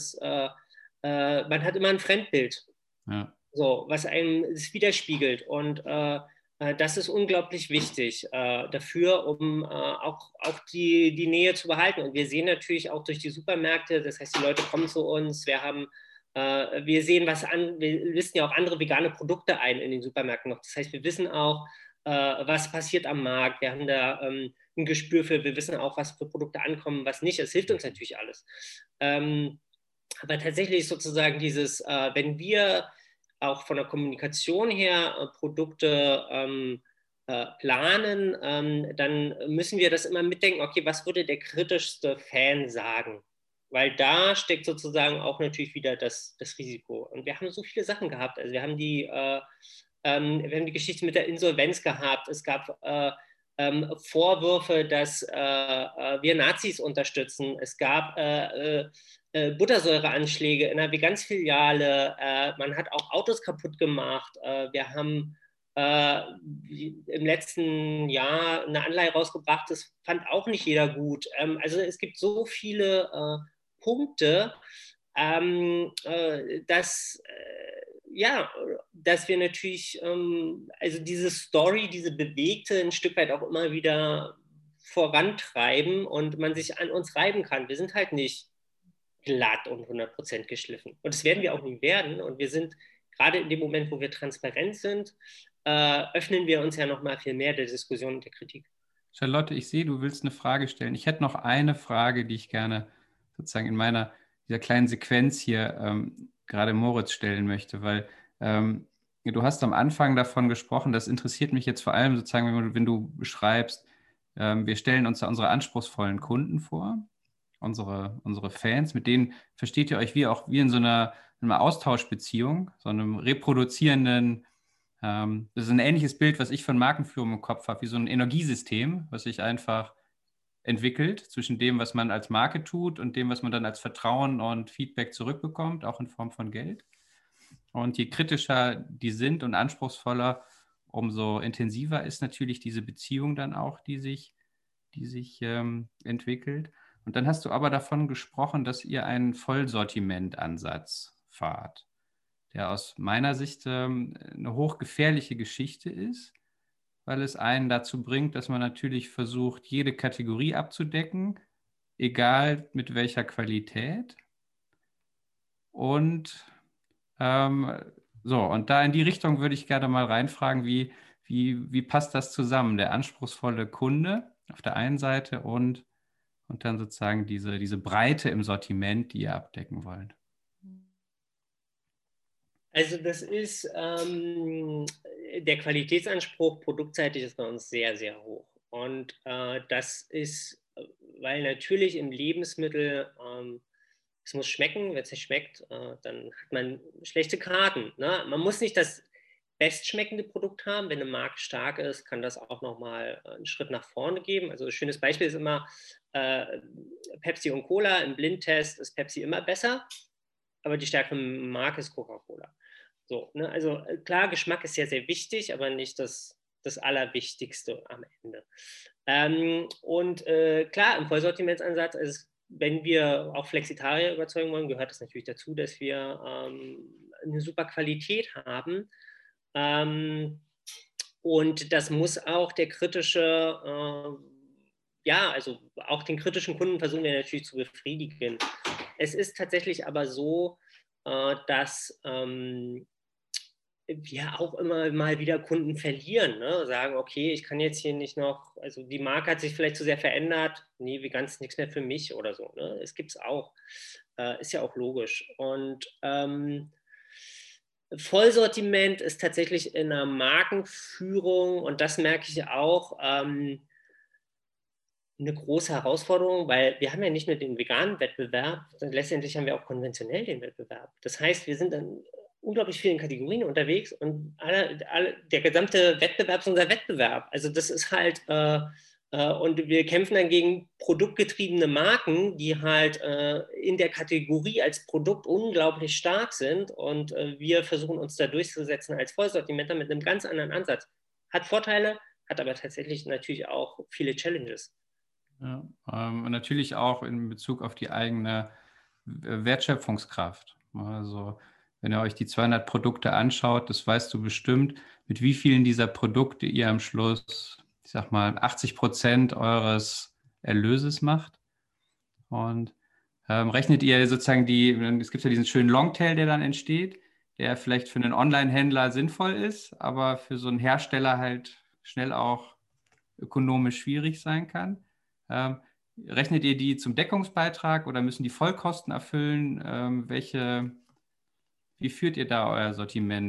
man hat immer ein Fremdbild, Ja. so, was einem es widerspiegelt. Und das ist unglaublich wichtig dafür, um auch die Nähe zu behalten. Und wir sehen natürlich auch durch die Supermärkte, das heißt, die Leute kommen zu uns, wir sehen wir listen ja auch andere vegane Produkte ein in den Supermärkten noch. Das heißt, wir wissen auch, was passiert am Markt. Wir haben da ein Gespür für, wir wissen auch, was für Produkte ankommen, was nicht. Es hilft uns natürlich alles. Aber tatsächlich sozusagen wenn wir auch von der Kommunikation her Produkte planen, dann müssen wir das immer mitdenken, okay, was würde der kritischste Fan sagen? Weil da steckt sozusagen auch natürlich wieder das Risiko. Und wir haben so viele Sachen gehabt. Also wir haben wir haben die Geschichte mit der Insolvenz gehabt. Es gab Vorwürfe, dass wir Nazis unterstützen. Es gab Buttersäureanschläge in einer Veganz-Filiale. Man hat auch Autos kaputt gemacht. Wir haben im letzten Jahr eine Anleihe rausgebracht. Das fand auch nicht jeder gut. Also es gibt so viele Punkte, dass dass wir natürlich, also diese Story, diese bewegte, ein Stück weit auch immer wieder vorantreiben und man sich an uns reiben kann. Wir sind halt nicht glatt und 100% geschliffen. Und das werden wir auch nie werden. Und wir sind, gerade in dem Moment, wo wir transparent sind, öffnen wir uns ja noch mal viel mehr der Diskussion und der Kritik. Charlotte, ich sehe, du willst eine Frage stellen. Ich hätte noch eine Frage, die ich gerne sozusagen in dieser kleinen Sequenz hier gerade Moritz stellen möchte, weil du hast am Anfang davon gesprochen, das interessiert mich jetzt vor allem sozusagen, wenn du beschreibst, wir stellen uns da unsere anspruchsvollen Kunden vor, unsere Fans, mit denen versteht ihr euch wie in so einer Austauschbeziehung, so einem reproduzierenden, das ist ein ähnliches Bild, was ich von Markenführung im Kopf habe, wie so ein Energiesystem, was sich einfach entwickelt zwischen dem, was man als Marke tut und dem, was man dann als Vertrauen und Feedback zurückbekommt, auch in Form von Geld. Und je kritischer die sind und anspruchsvoller, umso intensiver ist natürlich diese Beziehung dann auch, die sich entwickelt. Und dann hast du aber davon gesprochen, dass ihr einen Vollsortimentansatz fahrt, der aus meiner Sicht eine hochgefährliche Geschichte ist, weil es einen dazu bringt, dass man natürlich versucht, jede Kategorie abzudecken, egal mit welcher Qualität. Und und da in die Richtung würde ich gerne mal reinfragen, wie passt das zusammen? Der anspruchsvolle Kunde auf der einen Seite und dann sozusagen diese Breite im Sortiment, die ihr abdecken wollt. Also das ist der Qualitätsanspruch produktseitig ist bei uns sehr, sehr hoch. Und das ist, weil natürlich im Lebensmittel es muss schmecken, wenn es nicht schmeckt, dann hat man schlechte Karten. Ne? Man muss nicht das bestschmeckende Produkt haben. Wenn eine Marke stark ist, kann das auch nochmal einen Schritt nach vorne geben. Also ein schönes Beispiel ist immer Pepsi und Cola. Im Blindtest ist Pepsi immer besser, aber die stärkere Marke ist Coca-Cola. So, ne? Also klar, Geschmack ist sehr, sehr wichtig, aber nicht das Allerwichtigste am Ende. Klar, im Vollsortimentsansatz ist es, wenn wir auch Flexitarier überzeugen wollen, gehört es natürlich dazu, dass wir eine super Qualität haben. Und das muss auch der kritische, also auch den kritischen Kunden versuchen wir natürlich zu befriedigen. Es ist tatsächlich aber so, dass wir auch immer mal wieder Kunden verlieren, ne? Sagen, okay, ich kann jetzt hier nicht noch, also die Marke hat sich vielleicht zu sehr verändert, nee, Veganz ist nichts mehr für mich oder so. Ne? Es gibt es auch, ist ja auch logisch. Und Vollsortiment ist tatsächlich in der Markenführung, und das merke ich auch, eine große Herausforderung, weil wir haben ja nicht nur den veganen Wettbewerb, sondern letztendlich haben wir auch konventionell den Wettbewerb. Das heißt, wir sind dann unglaublich vielen Kategorien unterwegs und der gesamte Wettbewerb ist unser Wettbewerb. Also das ist halt, und wir kämpfen dann gegen produktgetriebene Marken, die halt in der Kategorie als Produkt unglaublich stark sind, und wir versuchen uns da durchzusetzen als Vollsortimenter mit einem ganz anderen Ansatz. Hat Vorteile, hat aber tatsächlich natürlich auch viele Challenges. Ja, natürlich auch in Bezug auf die eigene Wertschöpfungskraft. Also wenn ihr euch die 200 Produkte anschaut, das weißt du bestimmt, mit wie vielen dieser Produkte ihr am Schluss, ich sag mal, 80% eures Erlöses macht. Und rechnet ihr sozusagen es gibt ja diesen schönen Longtail, der dann entsteht, der vielleicht für einen Online-Händler sinnvoll ist, aber für so einen Hersteller halt schnell auch ökonomisch schwierig sein kann. Rechnet ihr die zum Deckungsbeitrag oder müssen die Vollkosten erfüllen? Wie führt ihr da euer Sortiment?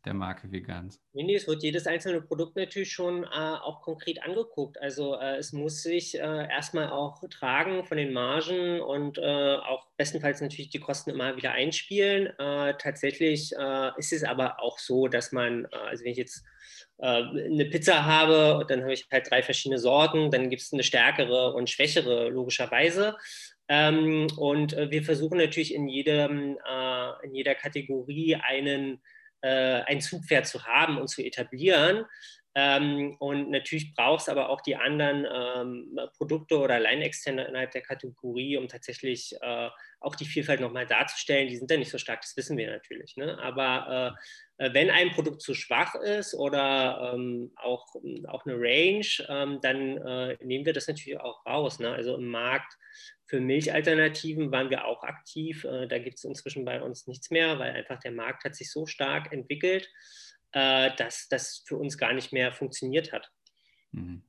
der Marke Veganz? Nee, es wird jedes einzelne Produkt natürlich schon auch konkret angeguckt. Also es muss sich erstmal auch tragen von den Margen und auch bestenfalls natürlich die Kosten immer wieder einspielen. Tatsächlich ist es aber auch so, dass man, also wenn ich jetzt eine Pizza habe, dann habe ich halt 3 verschiedene Sorten, dann gibt es eine stärkere und schwächere, logischerweise. Und wir versuchen natürlich in jeder Kategorie ein Zugpferd zu haben und zu etablieren. Und natürlich braucht es aber auch die anderen Produkte oder Line-Extender innerhalb der Kategorie, um tatsächlich auch die Vielfalt nochmal darzustellen. Die sind ja nicht so stark, das wissen wir natürlich. Ne? Aber wenn ein Produkt zu schwach ist oder auch eine Range, dann nehmen wir das natürlich auch raus. Ne? Also im Markt für Milchalternativen waren wir auch aktiv. Da gibt es inzwischen bei uns nichts mehr, weil einfach der Markt hat sich so stark entwickelt, dass das für uns gar nicht mehr funktioniert hat. Mhm.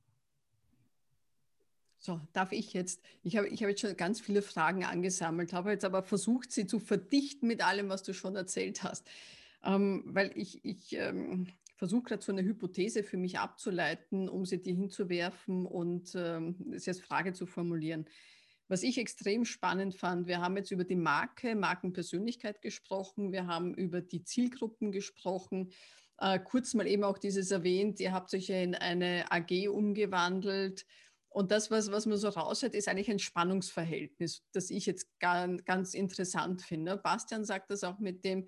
So, darf ich jetzt? Ich habe jetzt schon ganz viele Fragen angesammelt, habe jetzt aber versucht, sie zu verdichten mit allem, was du schon erzählt hast. Weil ich versuche gerade so eine Hypothese für mich abzuleiten, um sie dir hinzuwerfen und sie als Frage zu formulieren. Was ich extrem spannend fand, wir haben jetzt über die Markenpersönlichkeit gesprochen, wir haben über die Zielgruppen gesprochen, kurz mal eben auch dieses erwähnt, ihr habt euch ja in eine AG umgewandelt. Und das, was man so raushört, ist eigentlich ein Spannungsverhältnis, das ich jetzt ganz interessant finde. Bastian sagt das auch mit dem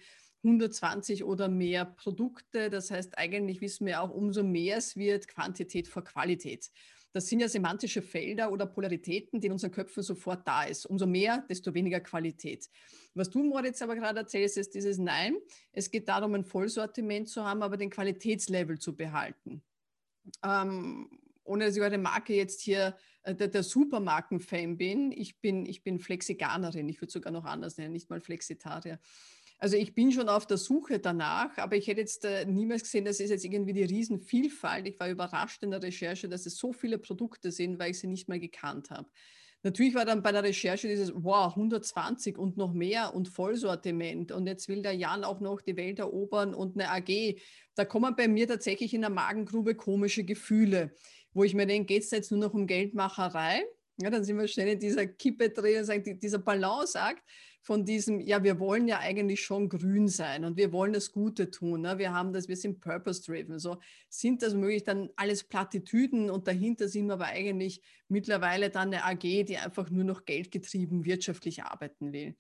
120 oder mehr Produkte. Das heißt, eigentlich wissen wir auch, umso mehr es wird, Quantität vor Qualität. Das sind ja semantische Felder oder Polaritäten, die in unseren Köpfen sofort da ist. Umso mehr, desto weniger Qualität. Was du, Moritz, aber gerade erzählst, ist dieses Nein. Es geht darum, ein Vollsortiment zu haben, aber den Qualitätslevel zu behalten. Ohne dass ich eure Marke jetzt hier der Supermarken-Fan bin. Ich bin Flexiganerin, ich würde sogar noch anders nennen, nicht mal Flexitarier. Also ich bin schon auf der Suche danach, aber ich hätte jetzt niemals gesehen, das ist jetzt irgendwie die Riesenvielfalt. Ich war überrascht in der Recherche, dass es so viele Produkte sind, weil ich sie nicht mal gekannt habe. Natürlich war dann bei der Recherche dieses, wow, 120 und noch mehr und Vollsortiment. Und jetzt will der Jan auch noch die Welt erobern und eine AG. Da kommen bei mir tatsächlich in der Magengrube komische Gefühle, wo ich mir denke, geht es jetzt nur noch um Geldmacherei? Ja, dann sind wir schnell in dieser Kippe drin und sagen, dieser Balanceakt von diesem, ja, wir wollen ja eigentlich schon grün sein und wir wollen das Gute tun. Ne? Wir sind purpose-driven. So sind das möglich dann alles Plattitüden und dahinter sind wir aber eigentlich mittlerweile dann eine AG, die einfach nur noch geldgetrieben wirtschaftlich arbeiten will.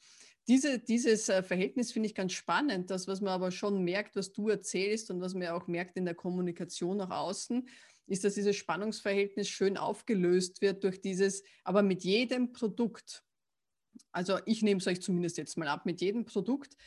Dieses Verhältnis finde ich ganz spannend. Das, was man aber schon merkt, was du erzählst und was man auch merkt in der Kommunikation nach außen, ist, dass dieses Spannungsverhältnis schön aufgelöst wird durch dieses, aber mit jedem Produkt, also ich nehme es euch zumindest jetzt mal ab, mit jedem Produkt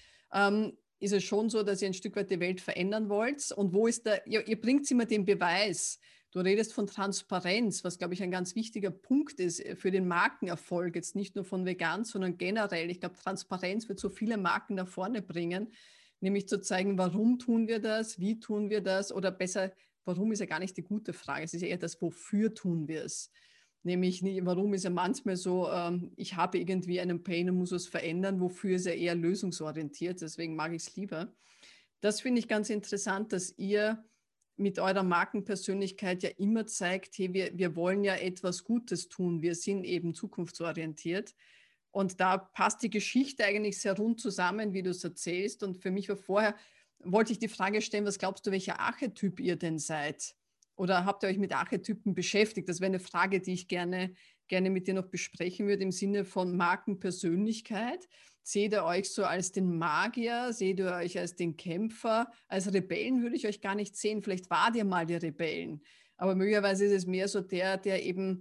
ist es schon so, dass ihr ein Stück weit die Welt verändern wollt. Und wo ist ihr bringt immer den Beweis. Du redest von Transparenz, was, glaube ich, ein ganz wichtiger Punkt ist für den Markenerfolg, jetzt nicht nur von vegan, sondern generell. Ich glaube, Transparenz wird so viele Marken nach vorne bringen, nämlich zu zeigen, warum tun wir das, wie tun wir das oder besser, warum ist ja gar nicht die gute Frage, es ist ja eher das, wofür tun wir es. Nämlich, warum ist ja manchmal so, ich habe irgendwie einen Pain und muss was verändern, wofür ist er eher lösungsorientiert, deswegen mag ich es lieber. Das finde ich ganz interessant, dass ihr mit eurer Markenpersönlichkeit ja immer zeigt, hey, wir wollen ja etwas Gutes tun, wir sind eben zukunftsorientiert. Und da passt die Geschichte eigentlich sehr rund zusammen, wie du es erzählst. Und für mich war vorher, wollte ich die Frage stellen, was glaubst du, welcher Archetyp ihr denn seid? Oder habt ihr euch mit Archetypen beschäftigt? Das wäre eine Frage, die ich gerne mit dir noch besprechen würde im Sinne von Markenpersönlichkeit. Seht ihr euch so als den Magier? Seht ihr euch als den Kämpfer? Als Rebellen würde ich euch gar nicht sehen. Vielleicht wart ihr mal die Rebellen. Aber möglicherweise ist es mehr so der eben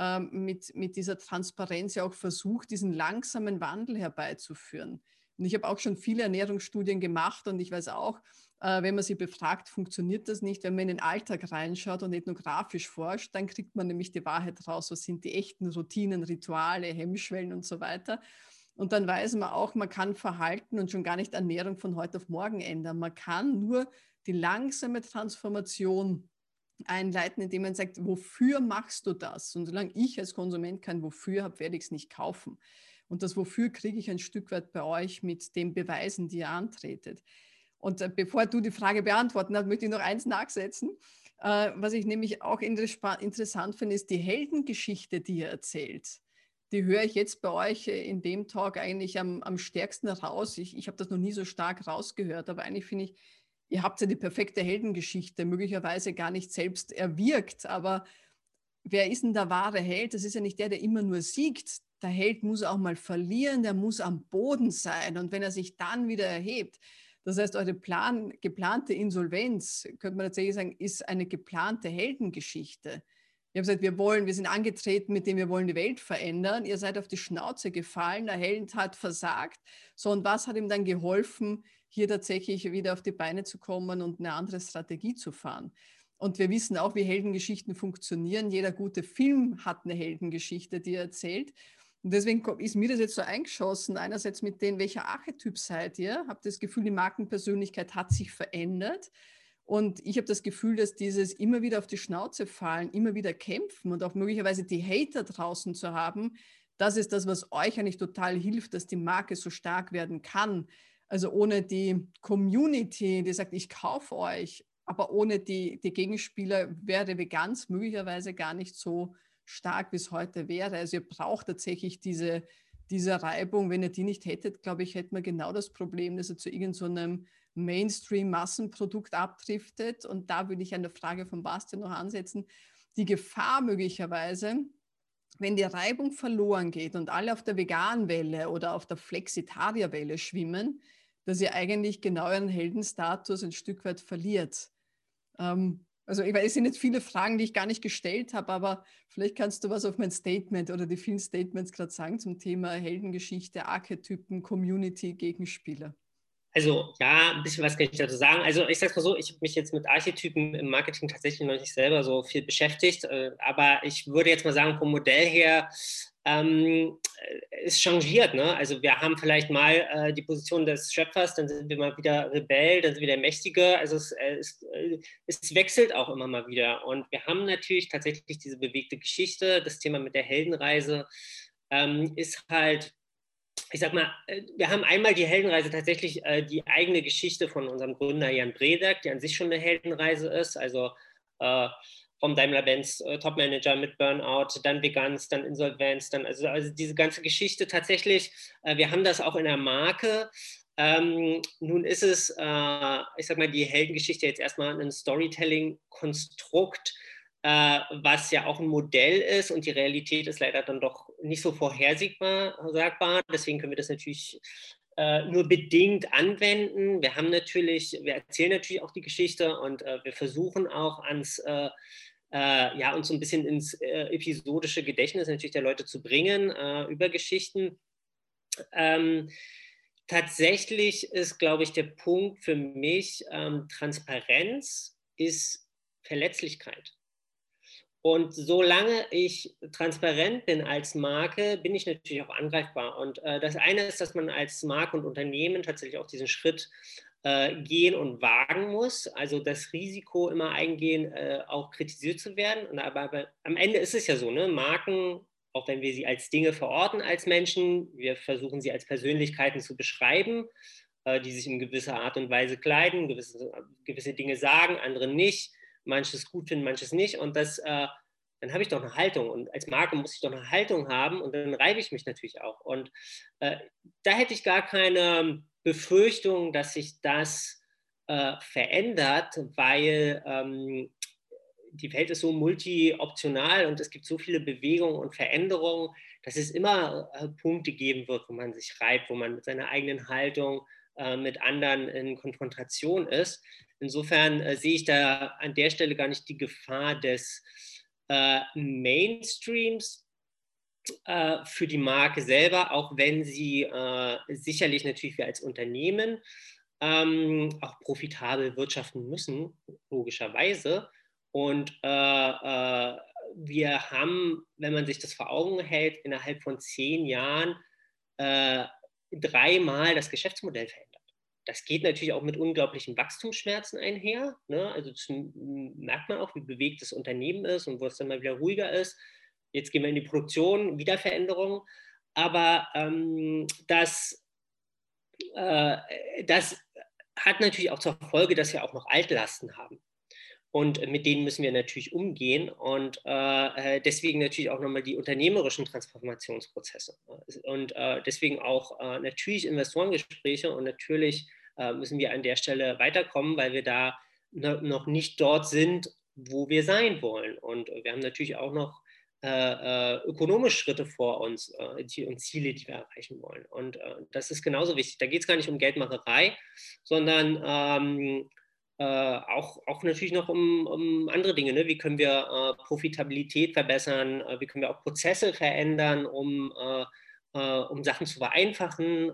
mit dieser Transparenz ja auch versucht, diesen langsamen Wandel herbeizuführen. Und ich habe auch schon viele Ernährungsstudien gemacht und ich weiß auch, wenn man sie befragt, funktioniert das nicht. Wenn man in den Alltag reinschaut und ethnografisch forscht, dann kriegt man nämlich die Wahrheit raus. Was sind die echten Routinen, Rituale, Hemmschwellen und so weiter. Und dann weiß man auch, man kann Verhalten und schon gar nicht Ernährung von heute auf morgen ändern. Man kann nur die langsame Transformation einleiten, indem man sagt, wofür machst du das? Und solange ich als Konsument kein Wofür habe, werde ich es nicht kaufen. Und das Wofür kriege ich ein Stück weit bei euch mit den Beweisen, die ihr antretet. Und bevor du die Frage beantworten hast, möchte ich noch eins nachsetzen. Was ich nämlich auch interessant finde, ist die Heldengeschichte, die ihr erzählt. Die höre ich jetzt bei euch in dem Talk eigentlich am stärksten raus. Ich habe das noch nie so stark rausgehört, aber eigentlich finde ich, ihr habt ja die perfekte Heldengeschichte, möglicherweise gar nicht selbst erwirkt, aber wer ist denn der wahre Held? Das ist ja nicht der, der immer nur siegt. Der Held muss auch mal verlieren, der muss am Boden sein und wenn er sich dann wieder erhebt. Das heißt, eure geplante Insolvenz, könnte man tatsächlich sagen, ist eine geplante Heldengeschichte. Ihr habt gesagt, wir sind angetreten, mit dem wir wollen die Welt verändern. Ihr seid auf die Schnauze gefallen, der Held hat versagt. So, und was hat ihm dann geholfen, hier tatsächlich wieder auf die Beine zu kommen und eine andere Strategie zu fahren? Und wir wissen auch, wie Heldengeschichten funktionieren. Jeder gute Film hat eine Heldengeschichte, die er erzählt. Und deswegen ist mir das jetzt so eingeschossen, einerseits mit denen, welcher Archetyp seid ihr? Habt das Gefühl, die Markenpersönlichkeit hat sich verändert. Und ich habe das Gefühl, dass dieses immer wieder auf die Schnauze fallen, immer wieder kämpfen und auch möglicherweise die Hater draußen zu haben, das ist das, was euch eigentlich total hilft, dass die Marke so stark werden kann. Also ohne die Community, die sagt, ich kaufe euch, aber ohne die Gegenspieler wäre Veganz möglicherweise gar nicht so stark, wie es heute wäre. Also ihr braucht tatsächlich diese Reibung. Wenn ihr die nicht hättet, glaube ich, hätten wir genau das Problem, dass ihr zu irgendeinem Mainstream-Massenprodukt abdriftet. Und da würde ich an der Frage von Bastian noch ansetzen. Die Gefahr möglicherweise, wenn die Reibung verloren geht und alle auf der Vegan-Welle oder auf der Flexitarier-Welle schwimmen, dass ihr eigentlich genau euren Heldenstatus ein Stück weit verliert. Also ich weiß, es sind jetzt viele Fragen, die ich gar nicht gestellt habe, aber vielleicht kannst du was auf mein Statement oder die vielen Statements gerade sagen zum Thema Heldengeschichte, Archetypen, Community, Gegenspieler. Also ja, ein bisschen was kann ich dazu sagen. Also ich sage es mal so, ich habe mich jetzt mit Archetypen im Marketing tatsächlich noch nicht selber so viel beschäftigt, aber ich würde jetzt mal sagen, vom Modell her, es changiert. Ne? Also wir haben vielleicht mal die Position des Schöpfers, dann sind wir mal wieder Rebell, dann sind wir der Mächtige. Also es wechselt auch immer mal wieder. Und wir haben natürlich tatsächlich diese bewegte Geschichte. Das Thema mit der Heldenreise ist halt, ich sag mal, wir haben einmal die Heldenreise tatsächlich die eigene Geschichte von unserem Gründer Jan Bredak, die an sich schon eine Heldenreise ist, also vom Daimler-Benz Topmanager mit Burnout, dann Veganz, dann Insolvenz, dann also diese ganze Geschichte tatsächlich, wir haben das auch in der Marke. Nun ist es, ich sag mal, die Heldengeschichte jetzt erstmal ein Storytelling-Konstrukt, was ja auch ein Modell ist und die Realität ist leider dann doch nicht so vorhersagbar. Deswegen können wir das natürlich nur bedingt anwenden. Wir erzählen natürlich auch die Geschichte und wir versuchen auch uns so ein bisschen ins episodische Gedächtnis natürlich der Leute zu bringen über Geschichten. Tatsächlich ist, glaube ich, der Punkt für mich, Transparenz ist Verletzlichkeit. Und solange ich transparent bin als Marke, bin ich natürlich auch angreifbar. Und das eine ist, dass man als Marke und Unternehmen tatsächlich auch diesen Schritt gehen und wagen muss. Also das Risiko immer eingehen, auch kritisiert zu werden. Und aber am Ende ist es ja so, ne? Marken, auch wenn wir sie als Dinge verorten als Menschen, wir versuchen sie als Persönlichkeiten zu beschreiben, die sich in gewisser Art und Weise kleiden, gewisse Dinge sagen, andere nicht. Manches gut finden, manches nicht. Und dann habe ich doch eine Haltung. Und als Marke muss ich doch eine Haltung haben und dann reibe ich mich natürlich auch. Und da hätte ich gar keine Befürchtung, dass sich das verändert, weil die Welt ist so multi-optional und es gibt so viele Bewegungen und Veränderungen, dass es immer Punkte geben wird, wo man sich reibt, wo man mit seiner eigenen Haltung mit anderen in Konfrontation ist. Insofern sehe ich da an der Stelle gar nicht die Gefahr des Mainstreams für die Marke selber, auch wenn sie sicherlich natürlich wir als Unternehmen auch profitabel wirtschaften müssen, logischerweise. Und wir haben, wenn man sich das vor Augen hält, innerhalb von 10 Jahren 3-mal das Geschäftsmodell verändert. Das geht natürlich auch mit unglaublichen Wachstumsschmerzen einher. Ne? Also das merkt man auch, wie bewegt das Unternehmen ist und wo es dann mal wieder ruhiger ist. Jetzt gehen wir in die Produktion, wieder Veränderungen. Aber das hat natürlich auch zur Folge, dass wir auch noch Altlasten haben. Und mit denen müssen wir natürlich umgehen und deswegen natürlich auch nochmal die unternehmerischen Transformationsprozesse. Und deswegen auch natürlich Investorengespräche und natürlich müssen wir an der Stelle weiterkommen, weil wir da noch nicht dort sind, wo wir sein wollen. Und wir haben natürlich auch noch ökonomische Schritte vor uns und Ziele, die wir erreichen wollen. Und das ist genauso wichtig. Da geht es gar nicht um Geldmacherei, sondern auch natürlich noch um andere Dinge. Ne? Wie können wir Profitabilität verbessern? Wie können wir auch Prozesse verändern, um Sachen zu vereinfachen?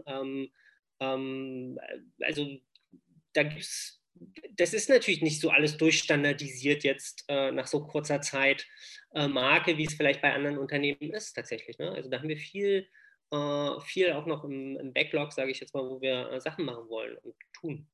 Also da gibt's, das ist natürlich nicht so alles durchstandardisiert jetzt nach so kurzer Zeit Marke, wie es vielleicht bei anderen Unternehmen ist tatsächlich. Ne? Also da haben wir viel auch noch im Backlog, sage ich jetzt mal, wo wir Sachen machen wollen und tun.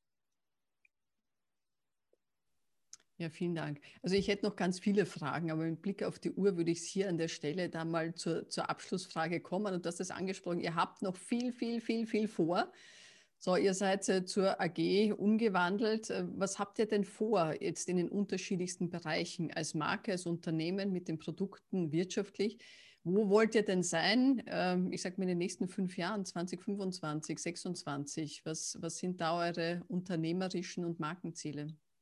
Ja, vielen Dank. Also ich hätte noch ganz viele Fragen, aber mit Blick auf die Uhr würde ich hier an der Stelle dann mal zur Abschlussfrage kommen. Und du hast es angesprochen, ihr habt noch viel vor. So, ihr seid zur AG umgewandelt. Was habt ihr denn vor jetzt in den unterschiedlichsten Bereichen als Marke, als Unternehmen mit den Produkten wirtschaftlich? Wo wollt ihr denn sein? Ich sage mal in den nächsten 5 Jahren, 2025, 26. Was sind da eure unternehmerischen und Markenziele?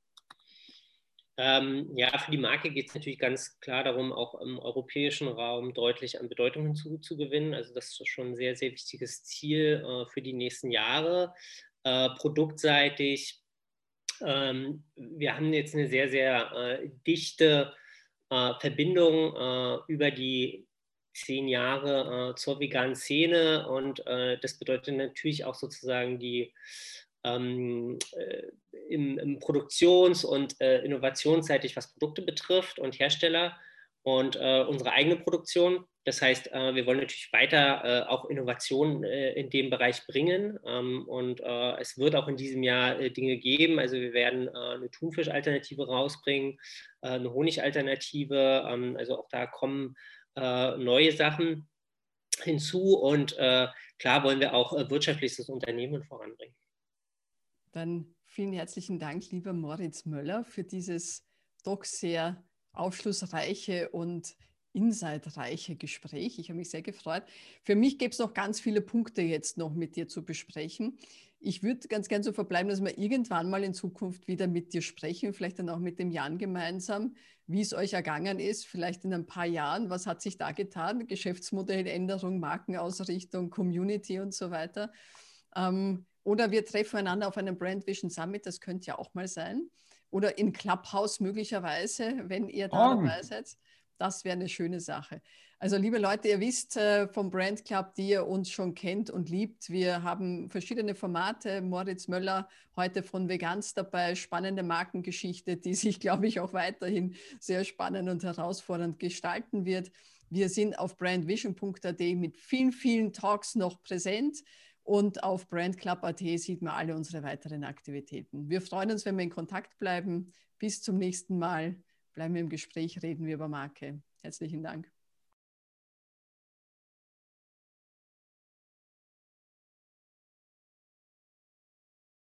Ja, für die Marke geht es natürlich ganz klar darum, auch im europäischen Raum deutlich an Bedeutung hinzuzugewinnen. Also das ist schon ein sehr, sehr wichtiges Ziel für die nächsten Jahre. Produktseitig, wir haben jetzt eine sehr, sehr dichte Verbindung über die 10 Jahre zur veganen Szene und das bedeutet natürlich auch sozusagen die im Produktions- und innovationsseitig, was Produkte betrifft und Hersteller und unsere eigene Produktion. Das heißt, wir wollen natürlich weiter auch Innovationen in dem Bereich bringen und es wird auch in diesem Jahr Dinge geben. Also wir werden eine Thunfisch-Alternative rausbringen, eine Honig-Alternative. Also auch da kommen neue Sachen hinzu und klar wollen wir auch wirtschaftliches Unternehmen voranbringen. Dann vielen herzlichen Dank, lieber Moritz Möller, für dieses doch sehr aufschlussreiche und insightreiche Gespräch. Ich habe mich sehr gefreut. Für mich gäbe es noch ganz viele Punkte jetzt noch mit dir zu besprechen. Ich würde ganz gern so verbleiben, dass wir irgendwann mal in Zukunft wieder mit dir sprechen, vielleicht dann auch mit dem Jan gemeinsam, wie es euch ergangen ist, vielleicht in ein paar Jahren. Was hat sich da getan? Geschäftsmodelländerung, Markenausrichtung, Community und so weiter. Oder wir treffen einander auf einem Brand Vision Summit, das könnte ja auch mal sein. Oder in Clubhouse möglicherweise, wenn ihr da dabei seid. Das wäre eine schöne Sache. Also liebe Leute, ihr wisst vom Brand Club, die ihr uns schon kennt und liebt, wir haben verschiedene Formate. Moritz Möller heute von Vegans dabei, spannende Markengeschichte, die sich, glaube ich, auch weiterhin sehr spannend und herausfordernd gestalten wird. Wir sind auf brandvision.at mit vielen Talks noch präsent. Und auf brandclub.at sieht man alle unsere weiteren Aktivitäten. Wir freuen uns, wenn wir in Kontakt bleiben. Bis zum nächsten Mal. Bleiben wir im Gespräch, reden wir über Marke. Herzlichen Dank.